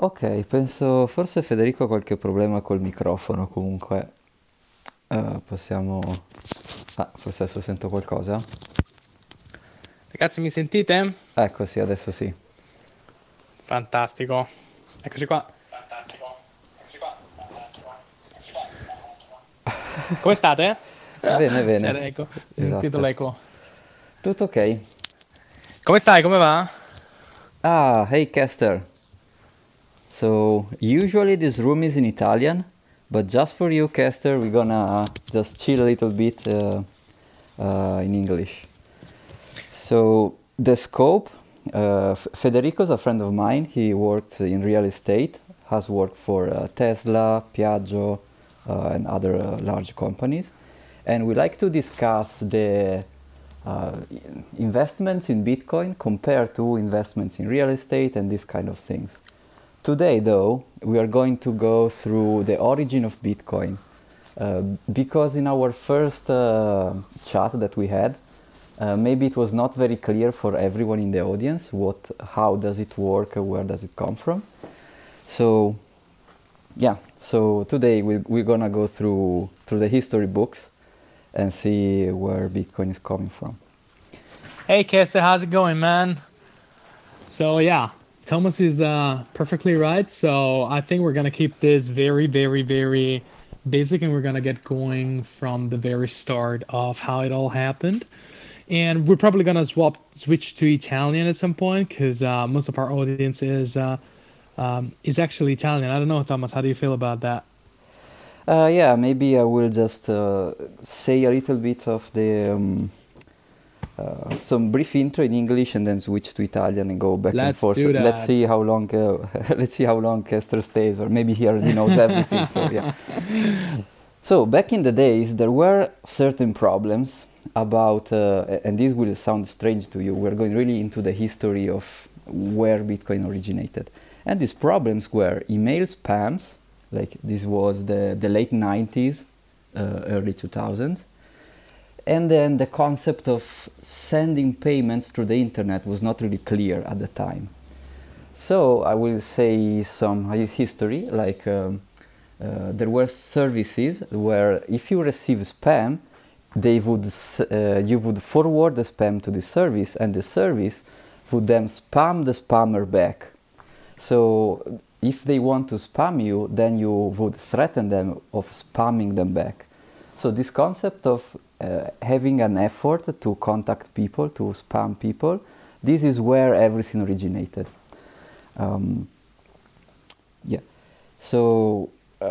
Ok, penso forse Federico ha qualche problema col microfono, comunque possiamo... Ah, forse adesso sento qualcosa? Ragazzi, mi sentite? Ecco, sì, adesso sì. Fantastico. Eccoci qua. Come state? Bene, C'era bene, l'eco. Ho sentito esatto. l'eco. Tutto ok? Come stai? Come va? Ah, hey Kester. So, usually this room is in Italian, but just for you, Kester, we're gonna just chill a little bit in English. So the scope, Federico's a friend of mine. He worked in real estate, has worked for Tesla, Piaggio, and other large companies. And we like to discuss the uh, investments in Bitcoin compared to investments in real estate and these kind of things. Today, though, we are going to go through the origin of Bitcoin uh, because in our first chat that we had, maybe it was not very clear for everyone in the audience how does it work, where does it come from. So yeah, so today we're gonna go through the history books and see where Bitcoin is coming from. Hey, Kessa, how's it going, man? So, yeah, Thomas is perfectly right. So, I think we're gonna keep this very, very, very basic, and we're gonna get going from the very start of how it all happened. And we're probably gonna switch to Italian at some point because most of our audience is actually Italian. I don't know, Thomas. How do you feel about that? Yeah, maybe I will just say a little bit of the some brief intro in English and then switch to Italian and go back and Let's forth. do Let's that. see how long let's see how long Kester stays, or maybe he already knows everything. So yeah. So back in the days, there were certain problems about, and this will sound strange to you. We're going really into the history of where Bitcoin originated, and these problems were email spams. Like this was the late 90s, early 2000s, and then the concept of sending payments through the internet was not really clear at the time. So I will say some history, like there were services where if you receive spam, you would forward the spam to the service, and the service would then spam the spammer back. So if they want to spam you, then you would threaten them of spamming them back. So this concept of having an effort to contact people, to spam people, this is where everything originated. Um, yeah. So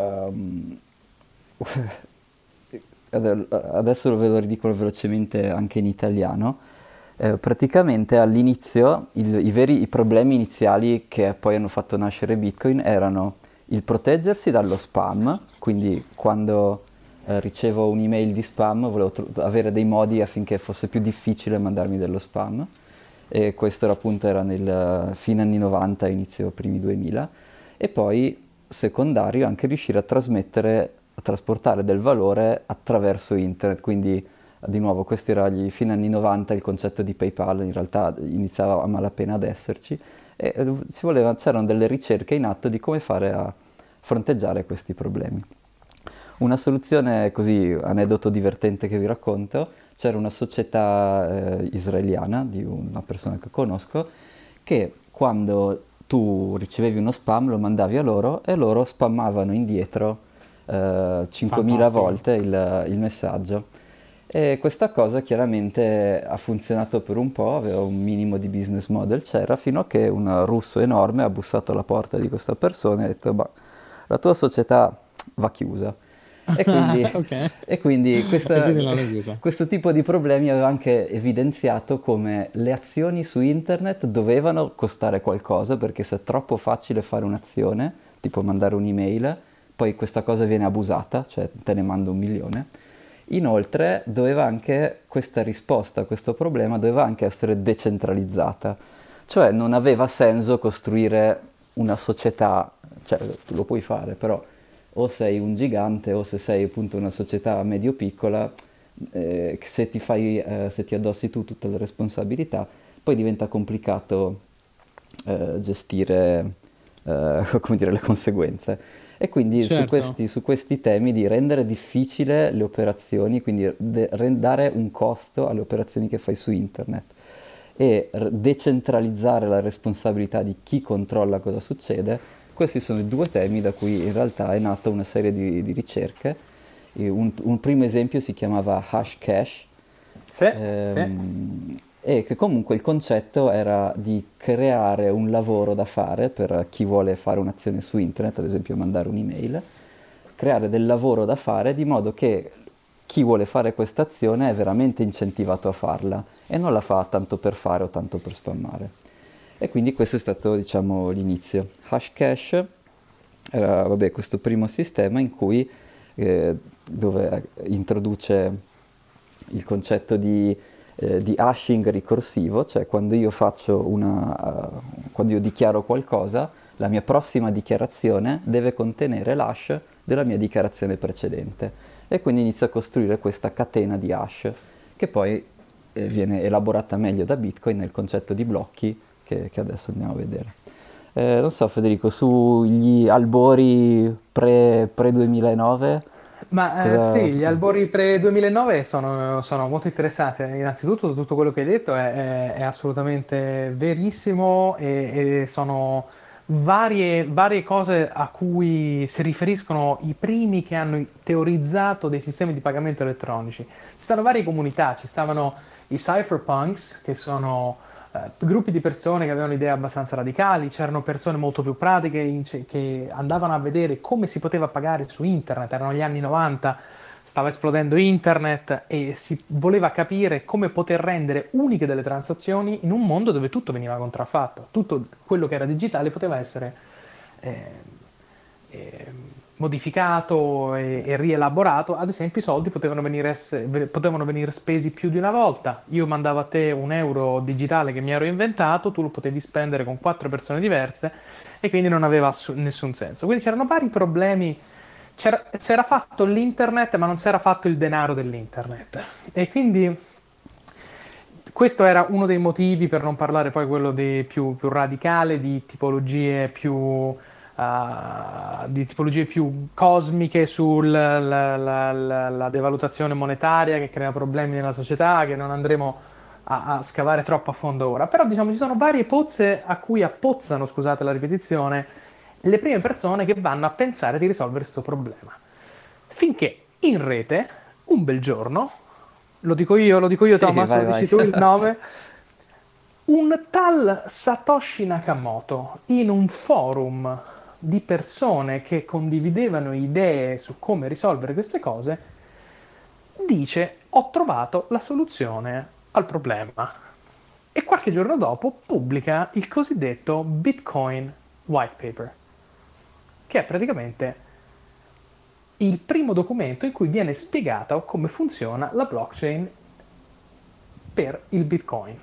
adesso ve lo ridico velocemente anche in italiano. Praticamente all'inizio i problemi iniziali che poi hanno fatto nascere Bitcoin erano il proteggersi dallo spam, quindi quando ricevo un'email di spam volevo avere dei modi affinché fosse più difficile mandarmi dello spam, e questo era appunto era nel fine anni 90, inizio primi 2000, e poi secondario anche riuscire a trasmettere, a trasportare del valore attraverso internet, quindi di nuovo questo era gli fine anni 90, il concetto di PayPal in realtà iniziava a malapena ad esserci, e c'erano delle ricerche in atto di come fare a fronteggiare questi problemi. Una soluzione, così, aneddoto divertente che vi racconto: c'era una società israeliana di una persona che conosco che quando tu ricevevi uno spam lo mandavi a loro e loro spammavano indietro 5.000 Fantastico. volte il messaggio. E questa cosa chiaramente ha funzionato per un po', aveva un minimo di business model, c'era, fino a che un russo enorme ha bussato alla porta di questa persona e ha detto: "Ma la tua società va chiusa". E quindi, Ok. e quindi E quindi l'hanno chiusa. questo tipo di problemi aveva anche evidenziato come le azioni su internet dovevano costare qualcosa, perché se è troppo facile fare un'azione, tipo mandare un'email, poi questa cosa viene abusata, cioè te ne mando 1 milione. Inoltre doveva anche, questa risposta a questo problema doveva anche essere decentralizzata, cioè non aveva senso costruire una società, cioè tu lo puoi fare, però o sei un gigante o se sei appunto una società medio-piccola, se ti addossi tu tutte le responsabilità, poi diventa complicato gestire come dire, le conseguenze. E quindi certo. su questi temi di rendere difficile le operazioni, quindi dare un costo alle operazioni che fai su internet e decentralizzare la responsabilità di chi controlla cosa succede, questi sono i due temi da cui in realtà è nata una serie di ricerche. E un primo esempio si chiamava Hashcash, Sì, sì. ehm, e che comunque il concetto era di creare un lavoro da fare per chi vuole fare un'azione su internet, ad esempio mandare un'email, creare del lavoro da fare di modo che chi vuole fare questa azione è veramente incentivato a farla e non la fa tanto per fare o tanto per spammare. E quindi questo è stato, diciamo, l'inizio. Hashcash era, vabbè, questo primo sistema in cui dove introduce il concetto di hashing ricorsivo, cioè quando io dichiaro qualcosa, la mia prossima dichiarazione deve contenere l'hash della mia dichiarazione precedente. E quindi inizio a costruire questa catena di hash che poi viene elaborata meglio da Bitcoin nel concetto di blocchi che adesso andiamo a vedere. Non so Federico, sugli albori pre-2009 Ma cosa... sì, gli albori pre-2009 sono molto interessanti. Innanzitutto tutto quello che hai detto è assolutamente verissimo e sono varie cose a cui si riferiscono i primi che hanno teorizzato dei sistemi di pagamento elettronici. Ci stanno varie comunità, ci stavano i cypherpunks, che sono gruppi di persone che avevano idee abbastanza radicali, c'erano persone molto più pratiche che andavano a vedere come si poteva pagare su internet, erano gli anni 90, stava esplodendo internet e si voleva capire come poter rendere uniche delle transazioni in un mondo dove tutto veniva contraffatto, tutto quello che era digitale poteva essere eh, modificato e rielaborato. Ad esempio i soldi potevano venire spesi più di una volta. Io mandavo a te un euro digitale che mi ero inventato, tu lo potevi spendere con quattro persone diverse e quindi non aveva nessun senso. Quindi c'erano vari problemi. S'era fatto l'internet ma non si era fatto il denaro dell'internet e quindi questo era uno dei motivi, per non parlare poi quello più radicale, di tipologie più cosmiche sulla devalutazione monetaria che crea problemi nella società, che non andremo a scavare troppo a fondo ora. Però diciamo ci sono varie pozze a cui appozzano, scusate la ripetizione, le prime persone che vanno a pensare di risolvere questo problema. Finché in rete, un bel giorno, lo dico io Sì, Thomas, lo vai, vai. dici tu il nome, un tal Satoshi Nakamoto in un forum di persone che condividevano idee su come risolvere queste cose, dice ho trovato la soluzione al problema. E qualche giorno dopo pubblica il cosiddetto Bitcoin White Paper, che è praticamente il primo documento in cui viene spiegato come funziona la blockchain per il Bitcoin.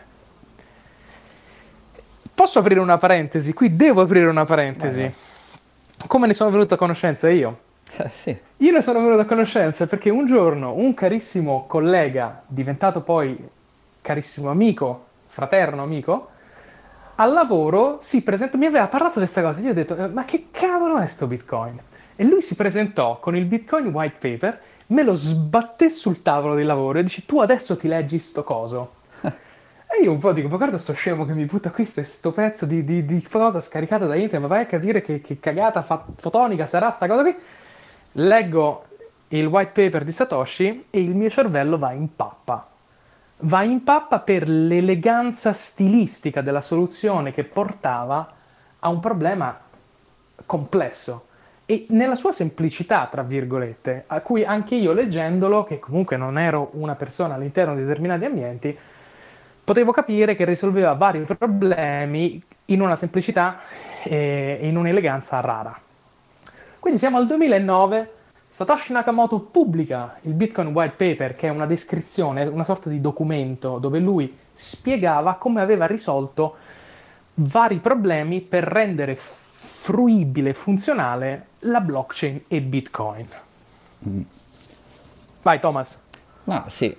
Posso aprire una parentesi? Qui devo aprire una Vai, vai. parentesi. Come ne sono venuto a conoscenza io? Sì. Io ne sono venuto a conoscenza perché un giorno un carissimo collega, diventato poi carissimo amico, fraterno amico, al lavoro si presentò, mi aveva parlato di questa cosa. Io ho detto, ma che cavolo è sto Bitcoin? E lui si presentò con il Bitcoin White Paper, me lo sbatté sul tavolo di lavoro e dice, tu adesso ti leggi sto coso. E io un po' dico, ma guarda sto scemo che mi butta qui sto pezzo di cosa scaricata da internet, ma vai a capire che cagata fotonica sarà sta cosa qui. Leggo il white paper di Satoshi e il mio cervello va in pappa. Va in pappa per l'eleganza stilistica della soluzione che portava a un problema complesso e nella sua semplicità, tra virgolette, a cui anche io leggendolo, che comunque non ero una persona all'interno di determinati ambienti, potevo capire che risolveva vari problemi in una semplicità e in un'eleganza rara. Quindi siamo al 2009, Satoshi Nakamoto pubblica il Bitcoin White Paper, che è una descrizione, una sorta di documento dove lui spiegava come aveva risolto vari problemi per rendere fruibile e funzionale la blockchain e Bitcoin. Vai Thomas. Ma sì,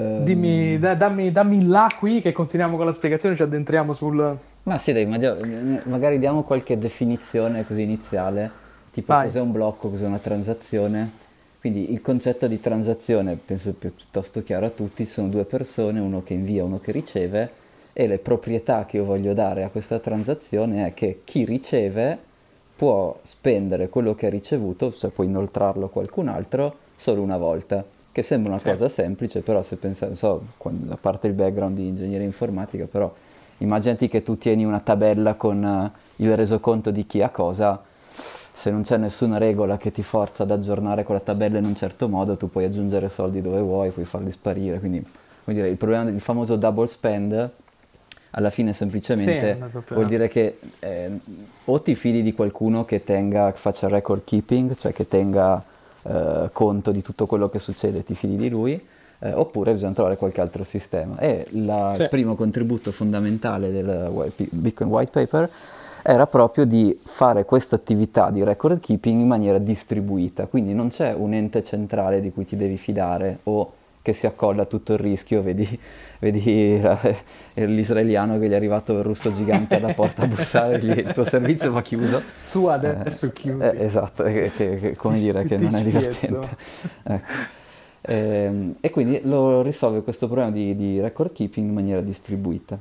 Dammi là qui che continuiamo con la spiegazione, ci addentriamo sul... ma sì, dai, magari diamo qualche definizione così iniziale, tipo Vai. cos'è un blocco, cos'è una transazione. Quindi il concetto di transazione penso piuttosto chiaro a tutti: ci sono due persone, uno che invia, uno che riceve, e le proprietà che io voglio dare a questa transazione è che chi riceve può spendere quello che ha ricevuto, cioè può inoltrarlo a qualcun altro solo una volta, che sembra una Sì. cosa semplice, però se pensate, non so, a parte il background di ingegneria informatica, però immaginati che tu tieni una tabella con il resoconto di chi ha cosa, se non c'è nessuna regola che ti forza ad aggiornare quella tabella in un certo modo, tu puoi aggiungere soldi dove vuoi, puoi farli sparire, quindi come dire, il problema del famoso double spend alla fine Sì, semplicemente non è vuol proprio... dire che o ti fidi di qualcuno che faccia record keeping, cioè che tenga conto di tutto quello che succede, ti fidi di lui, oppure bisogna trovare qualche altro sistema. E il Sì, primo contributo fondamentale del Bitcoin White Paper era proprio di fare questa attività di record keeping in maniera distribuita, quindi non c'è un ente centrale di cui ti devi fidare o che si accolla a tutto il rischio, vedi l'israeliano che gli è arrivato il russo gigante alla porta a bussare, il tuo servizio va chiuso. tu adesso chiudi. Esatto, Ti, come dire, che ti non è divertente. spiezzo. Ecco. E quindi lo risolve questo problema di record keeping in maniera distribuita.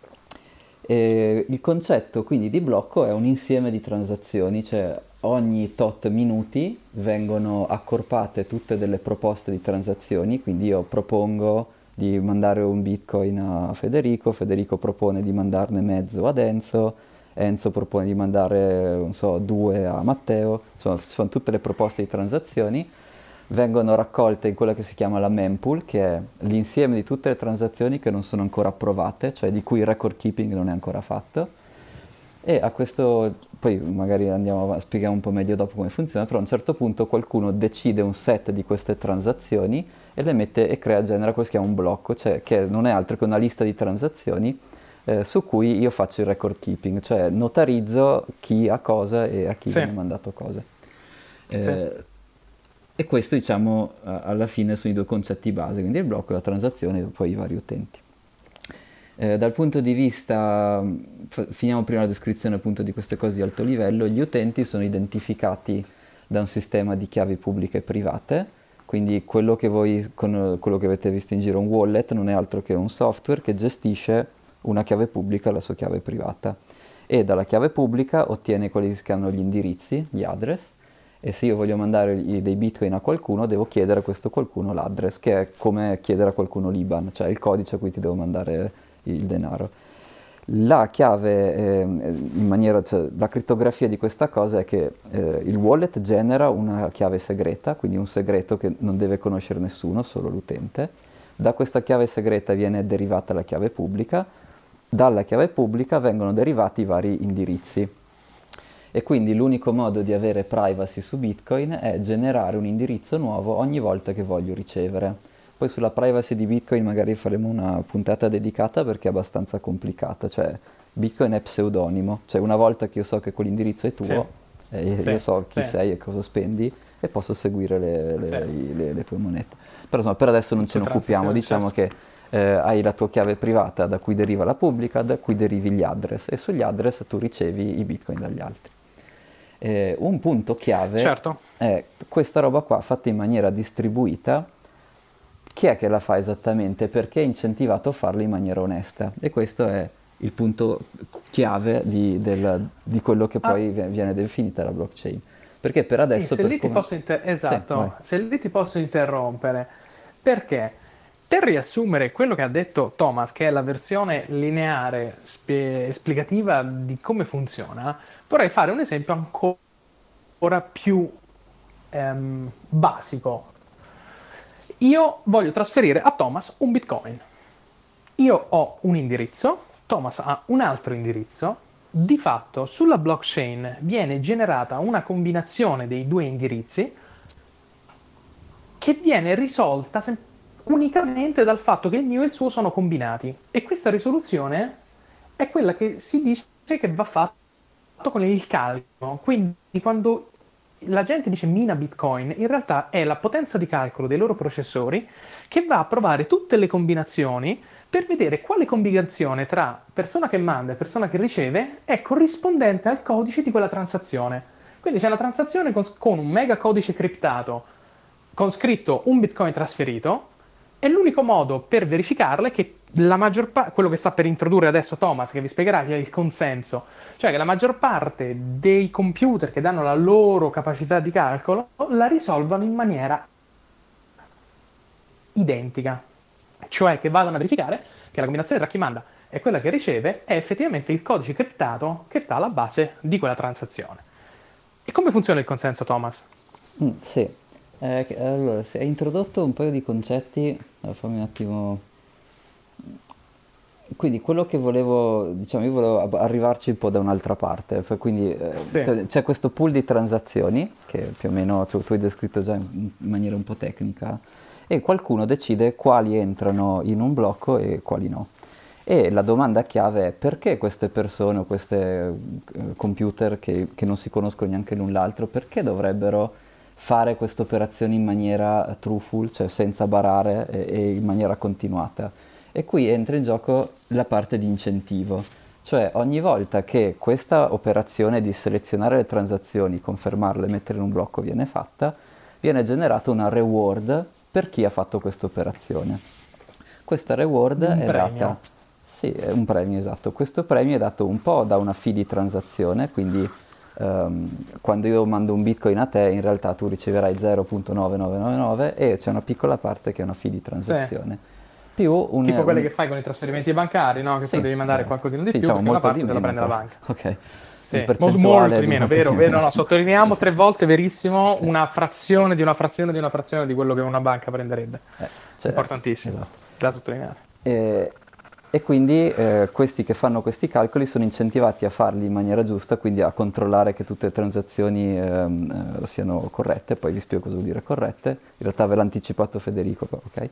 Il concetto quindi di blocco è un insieme di transazioni, cioè ogni tot minuti vengono accorpate tutte delle proposte di transazioni, quindi io propongo di mandare un bitcoin a Federico, Federico propone di mandarne mezzo ad Enzo, Enzo propone di mandare, non so, due a Matteo, insomma sono tutte le proposte di transazioni, vengono raccolte in quella che si chiama la mempool, che è l'insieme di tutte le transazioni che non sono ancora approvate, cioè di cui il record keeping non è ancora fatto. E a questo, poi magari andiamo a spiegare un po' meglio dopo come funziona, però a un certo punto qualcuno decide un set di queste transazioni e le mette e genera quello che si chiama un blocco, cioè che non è altro che una lista di transazioni su cui io faccio il record keeping, cioè notarizzo chi ha cosa e a chi Sì, viene mandato cosa. sì. Eh, e questo, diciamo, alla fine sono i due concetti base, quindi il blocco, la transazione e poi i vari utenti. Dal punto di vista, finiamo prima la descrizione appunto di queste cose di alto livello, gli utenti sono identificati da un sistema di chiavi pubbliche e private, quindi quello che voi, con quello che avete visto in giro, un wallet, non è altro che un software che gestisce una chiave pubblica e la sua chiave privata. E dalla chiave pubblica ottiene quelli che si chiamano gli indirizzi, gli address, e se io voglio mandare dei bitcoin a qualcuno, devo chiedere a questo qualcuno l'address, che è come chiedere a qualcuno l'IBAN, cioè il codice a cui ti devo mandare il denaro. La chiave, in maniera, cioè, la crittografia di questa cosa è che il wallet genera una chiave segreta, quindi un segreto che non deve conoscere nessuno, solo l'utente. Da questa chiave segreta viene derivata la chiave pubblica, dalla chiave pubblica vengono derivati i vari indirizzi. E quindi l'unico modo di avere privacy su Bitcoin è generare un indirizzo nuovo ogni volta che voglio ricevere. Poi sulla privacy di Bitcoin magari faremo una puntata dedicata perché è abbastanza complicata, cioè Bitcoin è pseudonimo, cioè una volta che io so che quell'indirizzo è Sì, tuo, io sì, so chi sì, sei e cosa spendi e posso seguire sì. le tue monete. Però insomma, per adesso non Su ce ne occupiamo, transazione, diciamo certo. che hai la tua chiave privata da cui deriva la pubblica, da cui derivi gli address e sugli address tu ricevi i Bitcoin dagli altri. Un punto chiave Certo. è questa roba qua fatta in maniera distribuita. Chi è che la fa esattamente? Perché è incentivato a farla in maniera onesta. E questo è il punto chiave di quello che Ah, poi viene definita la blockchain. Perché per adesso, se per lì ti come... posso Sì, vai. esatto, se lì ti posso interrompere, perché per riassumere quello che ha detto Thomas, che è la versione lineare esplicativa di come funziona, vorrei fare un esempio ancora più basico. Io voglio trasferire a Thomas un Bitcoin. Io ho un indirizzo, Thomas ha un altro indirizzo. Di fatto, sulla blockchain viene generata una combinazione dei due indirizzi che viene risolta unicamente dal fatto che il mio e il suo sono combinati. E questa risoluzione è quella che si dice che va fatto con il calcolo. Quindi quando la gente dice mina Bitcoin, in realtà è la potenza di calcolo dei loro processori che va a provare tutte le combinazioni per vedere quale combinazione tra persona che manda e persona che riceve è corrispondente al codice di quella transazione. Quindi c'è una transazione con un mega codice criptato con scritto un Bitcoin trasferito e l'unico modo per verificarla è che la maggior parte, quello che sta per introdurre adesso Thomas, che vi spiegherà, che è il consenso, cioè che la maggior parte dei computer che danno la loro capacità di calcolo la risolvano in maniera identica, cioè che vadano a verificare che la combinazione tra chi manda e quella che riceve è effettivamente il codice criptato che sta alla base di quella transazione. E come funziona il consenso, Thomas? Sì. Allora, si è introdotto un paio di concetti, fammi un attimo. Quindi quello che volevo, diciamo, io volevo arrivarci un po' da un'altra parte, quindi Sì, c'è questo pool di transazioni che più o meno tu hai descritto già in maniera un po' tecnica e qualcuno decide quali entrano in un blocco e quali no. E la domanda chiave è perché queste persone o questi computer che non si conoscono neanche l'un l'altro, perché dovrebbero fare queste operazioni in maniera truthful, cioè senza barare e in maniera continuata? E qui entra in gioco la parte di incentivo, cioè ogni volta che questa operazione di selezionare le transazioni, confermarle e mettere in un blocco viene fatta, viene generata una reward per chi ha fatto questa operazione. Questa reward un è data, premio. sì, è un premio esatto, questo premio è dato un po' da una fee di transazione, quindi quando io mando un bitcoin a te in realtà tu riceverai 0.9999 e c'è una piccola parte che è una fee di Sì. transazione, più Tipo quelle che fai con i trasferimenti bancari, no? Che tu sì, devi mandare qualcosina di sì, più diciamo perché una molto di parte se la meno prende la però, banca. ok, in Sì, molto, molto percentuale di di meno, molto di vero, vero, meno, no, sottolineiamo 3 volte, verissimo, sì. una frazione di una frazione di una frazione di quello che una banca prenderebbe. Cioè, Importantissimo, esatto. da sottolineare. E, e quindi questi che fanno questi calcoli sono incentivati a farli in maniera giusta, quindi a controllare che tutte le transazioni siano corrette, poi vi spiego cosa vuol dire corrette, in realtà ve l'ha anticipato Federico, però, ok?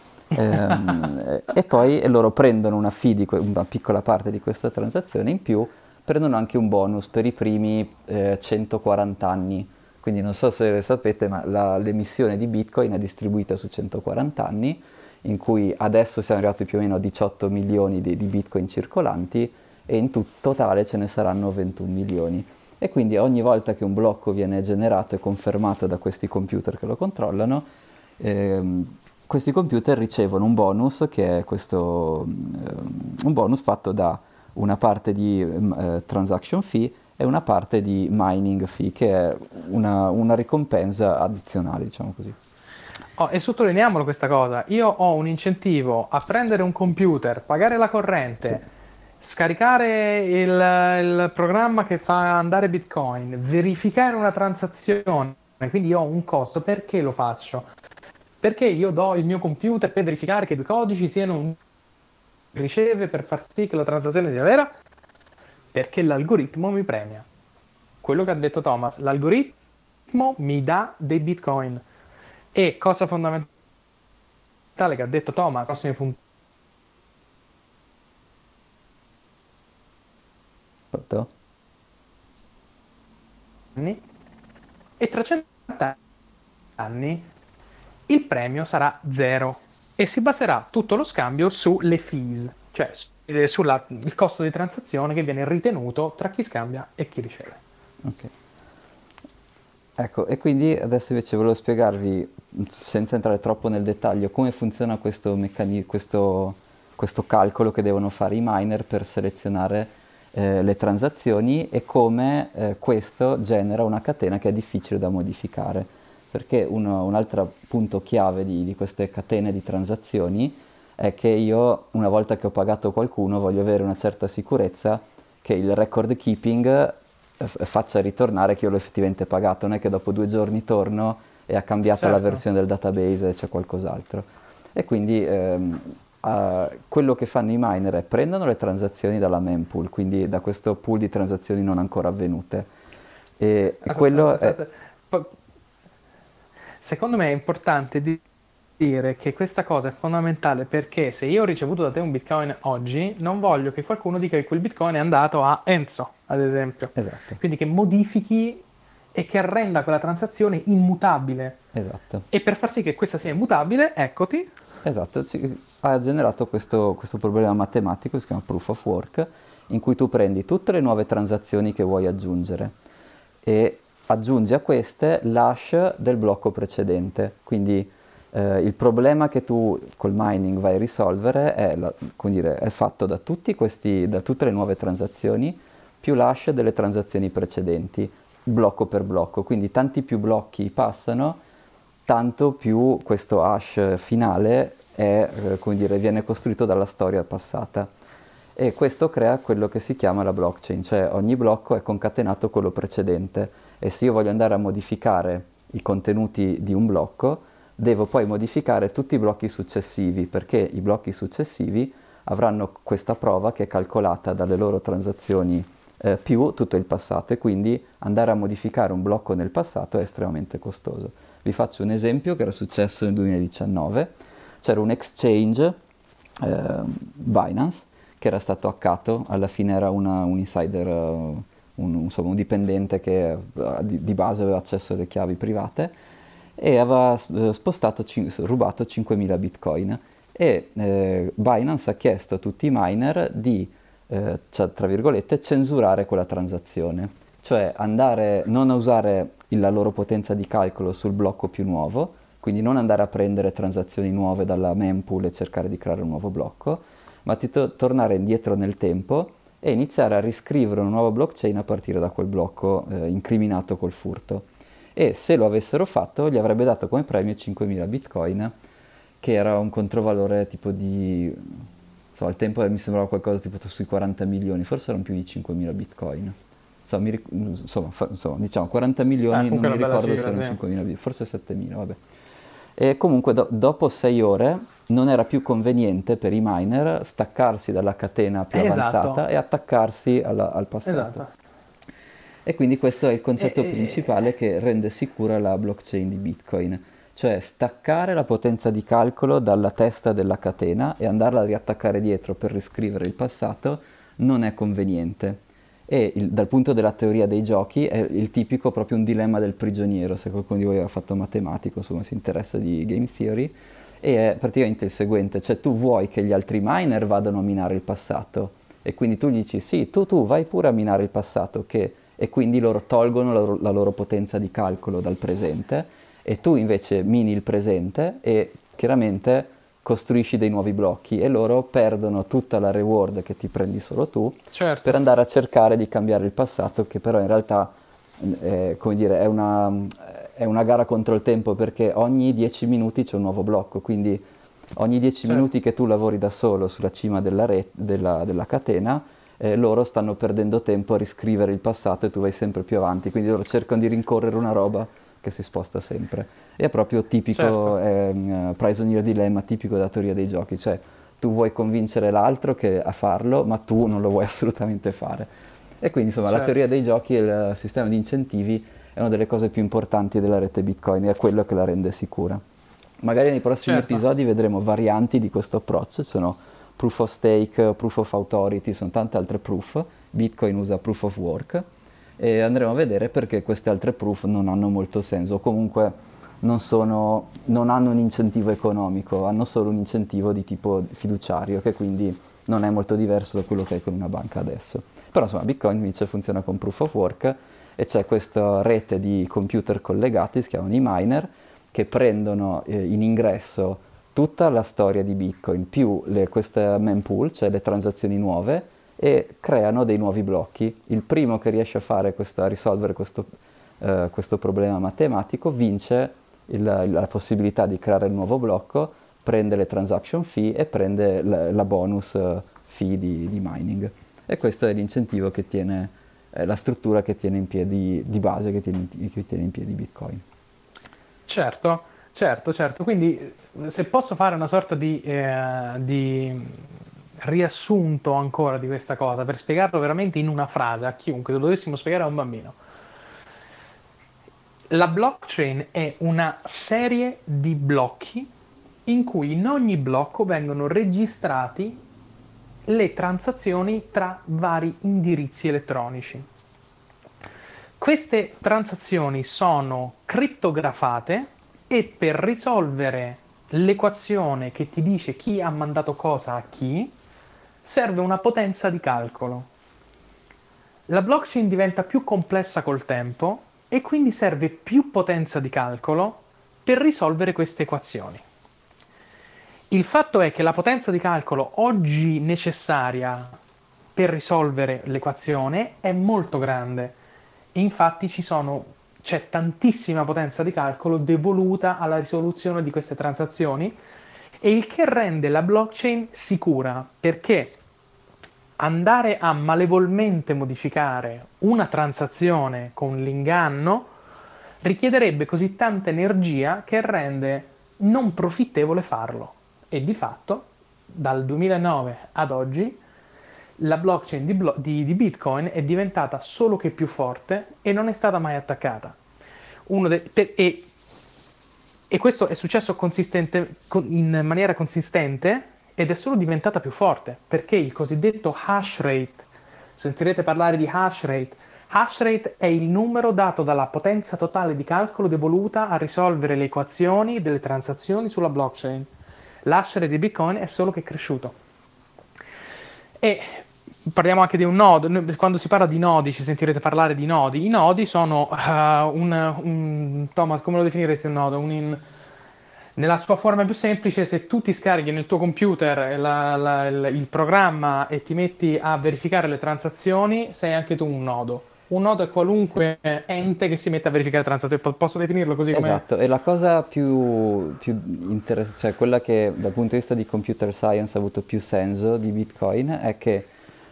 E poi loro prendono una fee di una piccola parte di questa transazione, in più prendono anche un bonus per i primi 140 anni. Quindi non so se sapete, ma l'emissione di Bitcoin è distribuita su 140 anni, in cui adesso siamo arrivati più o meno a 18 milioni di Bitcoin circolanti e in totale ce ne saranno 21 milioni. E quindi ogni volta che un blocco viene generato e confermato da questi computer che lo controllano, ehm, questi computer ricevono un bonus che è un bonus fatto da una parte di transaction fee e una parte di mining fee, che è una ricompensa addizionale, diciamo così. Oh, e sottolineiamolo questa cosa, io ho un incentivo a prendere un computer, pagare la Sì, corrente, scaricare il programma che fa andare Bitcoin, verificare una transazione, quindi io ho un costo, perché lo faccio? Perché io do il mio computer per verificare che i due codici siano un riceve per far sì che la transazione sia vera? Perché l'algoritmo mi premia. Quello che ha detto Thomas, l'algoritmo mi dà dei Bitcoin. E cosa fondamentale che ha detto Thomas, prossimi punti pronto? anni, e tra 100 anni il premio sarà zero e si baserà tutto lo scambio sulle fees, cioè sul costo di transazione che viene ritenuto tra chi scambia e chi riceve. Ok. Ecco, e quindi adesso invece volevo spiegarvi, senza entrare troppo nel dettaglio, come funziona questo calcolo che devono fare i miner per selezionare le transazioni e come questo genera una catena che è difficile da modificare. Perché un altro punto chiave di queste catene di transazioni è che io, una volta che ho pagato qualcuno, voglio avere una certa sicurezza che il record keeping faccia ritornare che io l'ho effettivamente pagato, non è che dopo 2 giorni torno e ha cambiato la Certo. versione del database e c'è qualcos'altro. E quindi quello che fanno i miner è prendono le transazioni dalla mempool, quindi da questo pool di transazioni non ancora avvenute. E Aspetta, quello è. aspetta. Secondo me è importante dire che questa cosa è fondamentale perché se io ho ricevuto da te un Bitcoin oggi, non voglio che qualcuno dica che quel Bitcoin è andato a Enzo, ad esempio. Esatto. Quindi che modifichi e che renda quella transazione immutabile. Esatto. E per far sì che questa sia immutabile, eccoti. Esatto, ha generato questo problema matematico, si chiama proof of work, in cui tu prendi tutte le nuove transazioni che vuoi aggiungere e aggiungi a queste l'hash del blocco precedente. Quindi il problema che tu col mining vai a risolvere è, come dire, è fatto da da tutte le nuove transazioni più l'hash delle transazioni precedenti, blocco per blocco. Quindi tanti più blocchi passano, tanto più questo hash finale è, come dire, viene costruito dalla storia passata. E questo crea quello che si chiama la blockchain, cioè ogni blocco è concatenato a quello precedente e se io voglio andare a modificare i contenuti di un blocco, devo poi modificare tutti i blocchi successivi, perché i blocchi successivi avranno questa prova che è calcolata dalle loro transazioni più tutto il passato e quindi andare a modificare un blocco nel passato è estremamente costoso. Vi faccio un esempio che era successo nel 2019. C'era un exchange, Binance, che era stato hackato. Alla fine era un insider, insomma, un dipendente che di base aveva accesso alle chiavi private e aveva rubato 5.000 bitcoin. E Binance ha chiesto a tutti i miner di, cioè, tra virgolette, censurare quella transazione. Cioè non a usare la loro potenza di calcolo sul blocco più nuovo, quindi non andare a prendere transazioni nuove dalla mempool e cercare di creare un nuovo blocco, ma tornare indietro nel tempo e iniziare a riscrivere una nuova blockchain a partire da quel blocco incriminato col furto. E se lo avessero fatto gli avrebbe dato come premio 5.000 bitcoin, che era un controvalore tipo di... So, al tempo mi sembrava qualcosa tipo sui 40 milioni, forse erano più di 5.000 bitcoin. Insomma, diciamo 40 milioni, non Comunque è mi una bella ricordo se cifra, erano sì. 5.000, forse 7.000, vabbè. E comunque dopo 6 ore non era più conveniente per i miner staccarsi dalla catena più avanzata Esatto, e attaccarsi al passato. esatto. E quindi questo è il E, concetto principale che rende sicura la blockchain di Bitcoin, cioè staccare la potenza di calcolo dalla testa della catena e andarla a riattaccare dietro per riscrivere il passato non è conveniente. E dal punto della teoria dei giochi è il tipico proprio un dilemma del prigioniero, se qualcuno di voi ha fatto matematico, insomma si interessa di game theory, e è praticamente il seguente, cioè tu vuoi che gli altri miner vadano a minare il passato e quindi tu gli dici sì, tu vai pure a minare il passato e quindi loro tolgono la loro potenza di calcolo dal presente e tu invece mini il presente e chiaramente costruisci dei nuovi blocchi e loro perdono tutta la reward che ti prendi solo tu per certo, andare a cercare di cambiare il passato, che però in realtà come dire, è una gara contro il tempo perché ogni 10 minuti c'è un nuovo blocco, quindi ogni 10 certo, minuti che tu lavori da solo sulla cima della catena, loro stanno perdendo tempo a riscrivere il passato e tu vai sempre più avanti, quindi loro cercano di rincorrere una roba che si sposta sempre. E è proprio tipico, certo, è un prisoner dilemma tipico della teoria dei giochi, cioè tu vuoi convincere l'altro a farlo, ma tu non lo vuoi assolutamente fare. E quindi insomma la teoria certo, dei giochi e il sistema di incentivi è una delle cose più importanti della rete Bitcoin e è quello che la rende sicura. Magari nei prossimi certo. episodi vedremo varianti di questo approccio, ci sono proof of stake, proof of authority, sono tante altre proof, Bitcoin usa proof of work e andremo a vedere perché queste altre proof non hanno molto senso, o comunque non hanno un incentivo economico, hanno solo un incentivo di tipo fiduciario che quindi non è molto diverso da quello che è con una banca adesso. Però insomma Bitcoin invece funziona con proof of work e c'è questa rete di computer collegati, si chiamano i miner, che prendono in ingresso tutta la storia di Bitcoin più queste mempool, cioè le transazioni nuove, e creano dei nuovi blocchi. Il primo che riesce a risolvere questo problema matematico vince la possibilità di creare il nuovo blocco, prende le transaction fee e prende la bonus fee di mining. E questo è l'incentivo che tiene, la struttura che tiene in piedi, di base che tiene in piedi Bitcoin. Certo, certo, certo. Quindi, se posso fare una sorta di riassunto ancora di questa cosa, per spiegarlo veramente in una frase a chiunque, se lo dovessimo spiegare a un bambino. La blockchain è una serie di blocchi in cui in ogni blocco vengono registrati le transazioni tra vari indirizzi elettronici. Queste transazioni sono crittografate e per risolvere l'equazione che ti dice chi ha mandato cosa a chi, serve una potenza di calcolo. La blockchain diventa più complessa col tempo e quindi serve più potenza di calcolo per risolvere queste equazioni. Il fatto è che la potenza di calcolo oggi necessaria per risolvere l'equazione è molto grande. Infatti c'è tantissima potenza di calcolo devoluta alla risoluzione di queste transazioni, e il che rende la blockchain sicura, perché andare a malevolmente modificare una transazione con l'inganno richiederebbe così tanta energia che rende non profittevole farlo. E di fatto, dal 2009 ad oggi, la blockchain di Bitcoin è diventata solo che più forte e non è stata mai attaccata. E questo è successo in maniera consistente, ed è solo diventata più forte perché il cosiddetto hash rate, sentirete parlare di hash rate è il numero dato dalla potenza totale di calcolo devoluta a risolvere le equazioni delle transazioni sulla blockchain. L'hash rate di Bitcoin è solo che cresciuto. E parliamo anche di un nodo. Quando si parla di nodi, ci sentirete parlare di nodi. I nodi sono Thomas, come lo definiresti un nodo? Nella sua forma più semplice, se tu ti scarichi nel tuo computer il programma e ti metti a verificare le transazioni, sei anche tu un nodo. Un nodo è qualunque ente che si mette a verificare le transazioni. Posso definirlo così come... Esatto, e la cosa più interessante, cioè quella che dal punto di vista di computer science ha avuto più senso di Bitcoin, è che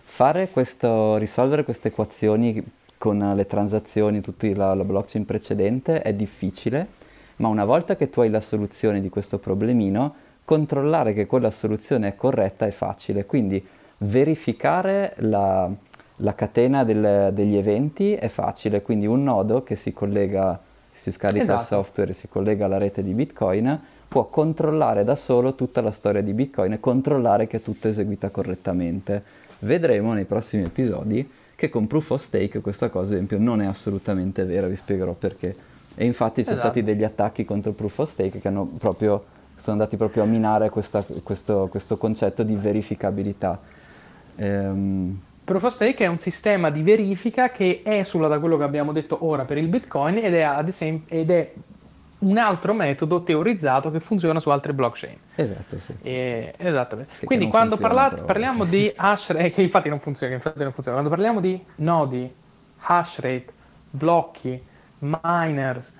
risolvere queste equazioni con le transazioni, tutta la blockchain precedente è difficile, ma una volta che tu hai la soluzione di questo problemino, controllare che quella soluzione è corretta è facile. Quindi verificare la catena degli eventi è facile. Quindi un nodo che si collega, si scarica il Esatto. software e si collega alla rete di Bitcoin, può controllare da solo tutta la storia di Bitcoin e controllare che tutto è eseguita correttamente. Vedremo nei prossimi episodi che con Proof of Stake questa cosa, ad esempio, non è assolutamente vera, vi spiegherò perché. E infatti ci sono Esatto. stati degli attacchi contro Proof of Stake che sono andati proprio a minare questo concetto di verificabilità. Proof of Stake è un sistema di verifica che esula da quello che abbiamo detto ora per il Bitcoin ed è un altro metodo teorizzato che funziona su altre blockchain. Esatto, sì. Esattamente. Che Quindi non quando funziona, però. parliamo di hash rate, che infatti non funziona, quando parliamo di nodi, hash rate, blocchi, miners,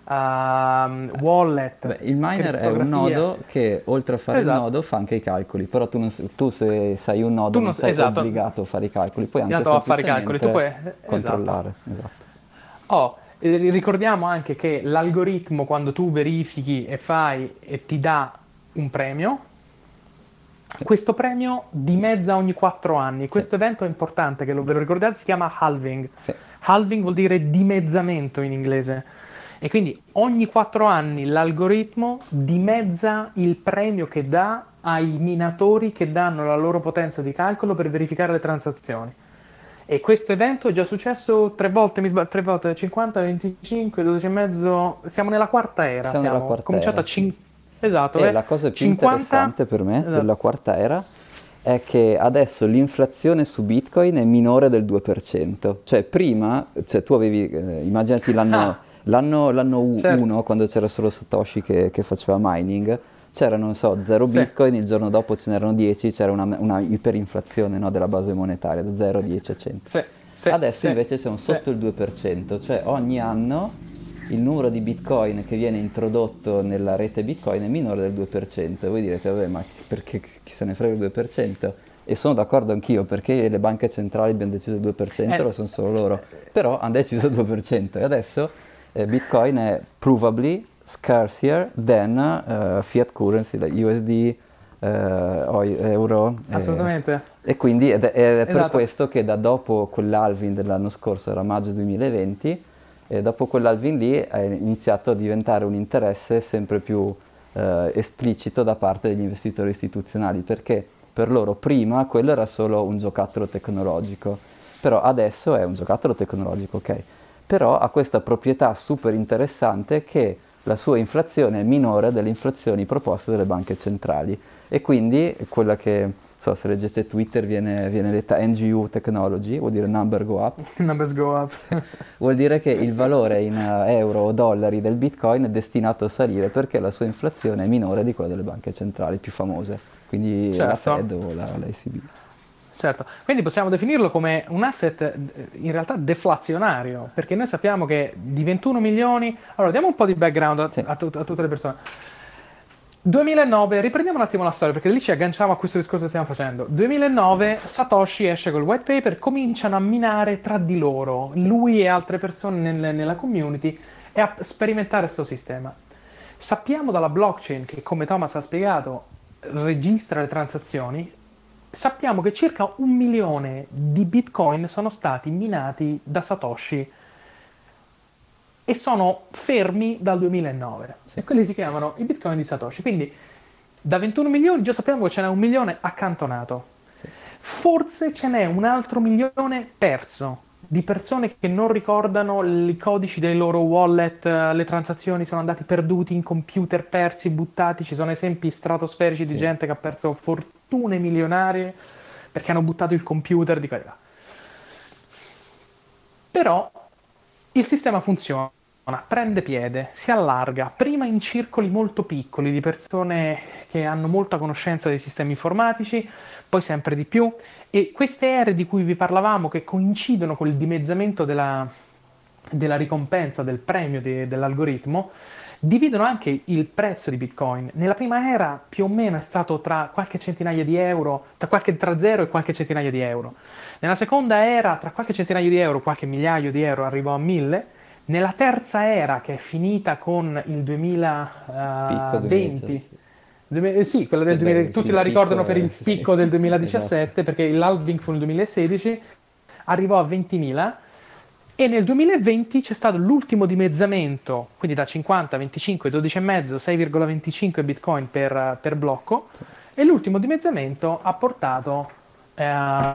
wallet, Beh, il miner è un crittografia. nodo che oltre a fare il Esatto. nodo fa anche i calcoli, però tu se sei un nodo Tu non non, sei esatto, obbligato a fare i calcoli, puoi anche obbligato a fare i calcoli, tu puoi, semplicemente controllare. Esatto. Ricordiamo anche che l'algoritmo, quando tu verifichi e fai e ti dà un premio, questo premio dimezza ogni 4 anni. Questo evento è importante, che ve lo ricordate, si chiama halving. Sì. Halving vuol dire dimezzamento in inglese. E quindi ogni 4 anni l'algoritmo dimezza il premio che dà ai minatori che danno la loro potenza di calcolo per verificare le transazioni. E questo evento è già successo 3 volte, 50, 25, 12 e mezzo. Siamo nella quarta era. Siamo nella quarta cominciato era, sì. Esatto. E la cosa più 50, interessante per me esatto. della quarta era è che adesso l'inflazione su Bitcoin è minore del 2%. Cioè prima, tu avevi, immaginati l'anno 1, Certo. quando c'era solo Satoshi che faceva mining, c'erano, non so, 0 Sì. Bitcoin, il giorno dopo ce n'erano 10, c'era una iperinflazione, no, della base monetaria, da 0 a 10 a 100. Sì, Adesso sì, invece siamo sotto il 2%, cioè ogni anno il numero di Bitcoin che viene introdotto nella rete Bitcoin è minore del 2%. E voi direte, vabbè, ma perché chi se ne frega il 2%? E sono d'accordo anch'io, perché le banche centrali abbiano deciso il 2%, lo sono solo loro. Però hanno deciso il 2%, e adesso Bitcoin è provably scarcier than fiat currency, like USD, euro. Assolutamente. E quindi è per Esatto. questo che da dopo quell'halving dell'anno scorso, era maggio 2020, dopo quell'halving lì è iniziato a diventare un interesse sempre più esplicito da parte degli investitori istituzionali, perché per loro prima quello era solo un giocattolo tecnologico, però adesso è un giocattolo tecnologico, ok? però ha questa proprietà super interessante che la sua inflazione è minore delle inflazioni proposte dalle banche centrali e quindi quella che, non so se leggete Twitter, viene detta NGU Technology, vuol dire number go up. Numbers go up. Vuol dire che il valore in euro o dollari del Bitcoin è destinato a salire perché la sua inflazione è minore di quella delle banche centrali più famose, quindi la Certo. Fed o la ECB. Certo, quindi possiamo definirlo come un asset in realtà deflazionario, perché noi sappiamo che di 21 milioni... Allora, diamo un po' di background Sì, a tutte le persone. 2009, riprendiamo un attimo la storia, perché lì ci agganciamo a questo discorso che stiamo facendo. 2009, Satoshi esce col white paper, cominciano a minare tra di loro, lui e altre persone nella community, e a sperimentare questo sistema. Sappiamo dalla blockchain che, come Thomas ha spiegato, registra le transazioni. Sappiamo che circa 1 milione di bitcoin sono stati minati da Satoshi e sono fermi dal 2009. sì, E quelli si chiamano i bitcoin di Satoshi. Quindi da 21 milioni già sappiamo che ce n'è 1 milione accantonato. sì. Forse ce n'è un altro milione perso di persone che non ricordano i codici dei loro wallet, le transazioni sono andati perduti in computer persi, buttati. Ci sono esempi stratosferici di Sì. gente che ha perso fortune milionarie perché hanno buttato il computer di qua e di là. Però il sistema funziona, prende piede, si allarga, prima in circoli molto piccoli di persone che hanno molta conoscenza dei sistemi informatici, poi sempre di più, e queste ere di cui vi parlavamo che coincidono con il dimezzamento della ricompensa, del premio dell'algoritmo, dividono anche il prezzo di Bitcoin. Nella prima era più o meno è stato tra qualche centinaia di euro, tra 0 e qualche centinaia di euro. Nella seconda era tra qualche centinaio di euro, qualche migliaio di euro arrivò a 1000. Nella terza era, che è finita con il Picco 2020, 2017. sì, quella Sì, del 2000, beh, sì, tutti il la picco ricordano per è... il sì, picco del esatto. 2017, perché l'halving fu nel 2016, arrivò a 20.000 e nel 2020 c'è stato l'ultimo dimezzamento, quindi da 50, 25, 12,5, 6,25 bitcoin per blocco, e l'ultimo dimezzamento ha portato eh,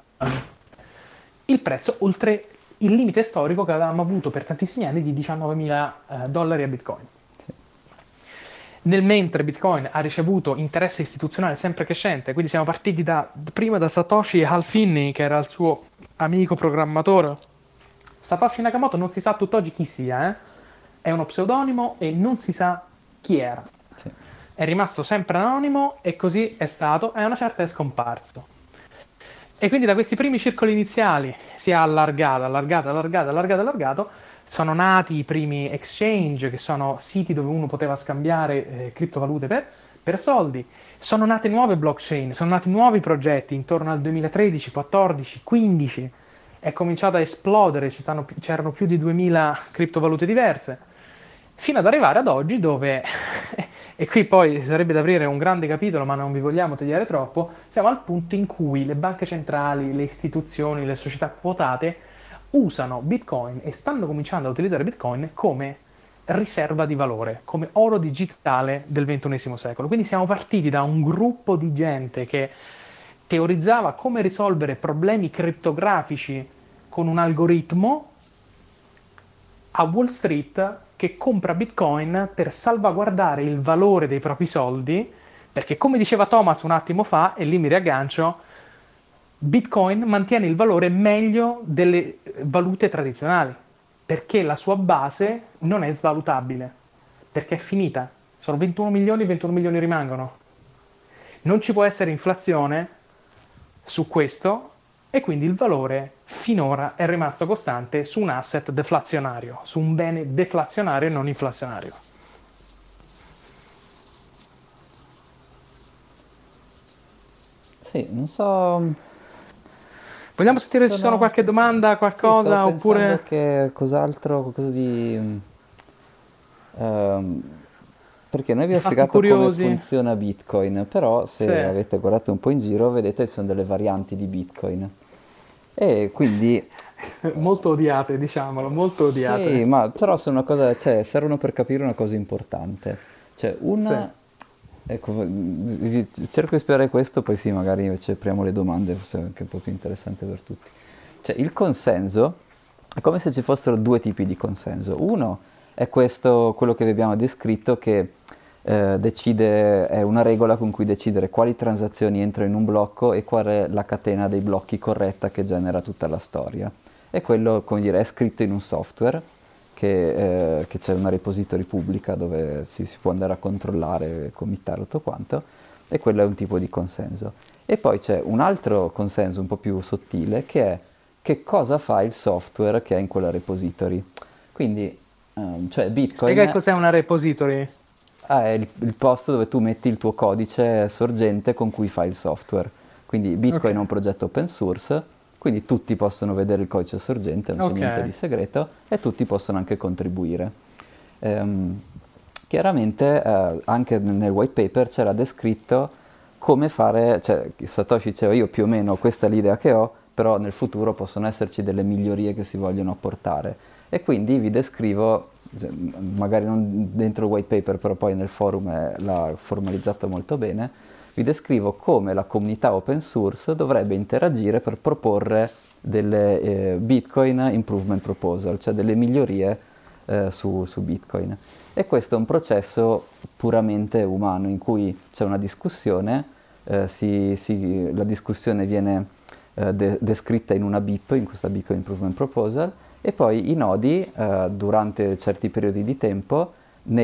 il prezzo oltre il limite storico che avevamo avuto per tantissimi anni di 19.000 dollari a bitcoin. Sì, Nel mentre Bitcoin ha ricevuto interesse istituzionale sempre crescente, quindi siamo partiti prima da Satoshi Hal Finney, che era il suo amico programmatore. Satoshi Nakamoto non si sa tutt'oggi chi sia, è uno pseudonimo e non si sa chi era. sì, È rimasto sempre anonimo e così è stato, e a una certa è scomparso. E quindi da questi primi circoli iniziali si è allargato, sono nati i primi exchange, che sono siti dove uno poteva scambiare criptovalute per soldi, sono nate nuove blockchain, sono nati nuovi progetti intorno al 2013, 14, 15, è cominciato a esplodere, c'erano più di 2000 criptovalute diverse, fino ad arrivare ad oggi dove, e qui poi sarebbe da aprire un grande capitolo, ma non vi vogliamo tagliare troppo, siamo al punto in cui le banche centrali, le istituzioni, le società quotate usano Bitcoin e stanno cominciando a utilizzare Bitcoin come riserva di valore, come oro digitale del XXI secolo. Quindi siamo partiti da un gruppo di gente che teorizzava come risolvere problemi criptografici con un algoritmo a Wall Street che compra Bitcoin per salvaguardare il valore dei propri soldi, perché come diceva Thomas un attimo fa, e lì mi riaggancio, Bitcoin mantiene il valore meglio delle valute tradizionali, perché la sua base non è svalutabile, perché è finita. Sono 21 milioni, 21 milioni rimangono. Non ci può essere inflazione su questo e quindi il valore finora è rimasto costante su un asset deflazionario, su un bene deflazionario e non inflazionario. sì, non so... Vogliamo sentire se ci sono Sono... qualche domanda, Sì, stavo qualcosa, pensando oppure... che cos'altro, qualcosa di... ehm, perché noi vi I ho fatti spiegato come curiosi? funziona Bitcoin, però Sì, se avete guardato un po' in giro vedete che ci sono delle varianti di Bitcoin. E quindi molto odiate, diciamolo, molto sì, odiate. ma però sono una cosa, cioè, servono per capire una cosa importante. Cioè, Sì, una... Ecco, cerco di spiegare questo, poi sì, magari invece apriamo le domande, forse è anche un po' più interessante per tutti. Cioè, il consenso È come se ci fossero due tipi di consenso. Uno è questo, quello che vi abbiamo descritto, che è una regola con cui decidere quali transazioni entrano in un blocco e qual è la catena dei blocchi corretta che genera tutta la storia. E quello, come dire, è scritto in un software che c'è una repository pubblica dove si può andare a controllare, committare tutto quanto, e quello è un tipo di consenso. E poi c'è un altro consenso un po' più sottile, che è che cosa fa il software che è in quella repository. Quindi, cioè Spiega che Bitcoin cos'è una repository. è il posto dove tu metti il tuo codice sorgente con cui fai il software. Quindi Ok, Bitcoin è un progetto open source, quindi tutti possono vedere il codice sorgente, non c'è ok. niente di segreto e tutti possono anche contribuire. Ehm, Chiaramente anche nel white paper c'era descritto come fare, cioè Satoshi diceva io più o meno questa è l'idea che ho, però nel futuro possono esserci delle migliorie che si vogliono apportare. E quindi vi descrivo, cioè, magari non dentro il white paper, però poi nel forum l'ha formalizzato molto bene, vi descrivo come la comunità open source dovrebbe interagire per proporre delle Bitcoin Improvement Proposal, cioè delle migliorie su Bitcoin. E questo è un processo puramente umano in cui c'è una discussione, la discussione viene descritta in una BIP, in questa Bitcoin Improvement Proposal, e poi i nodi durante certi periodi di tempo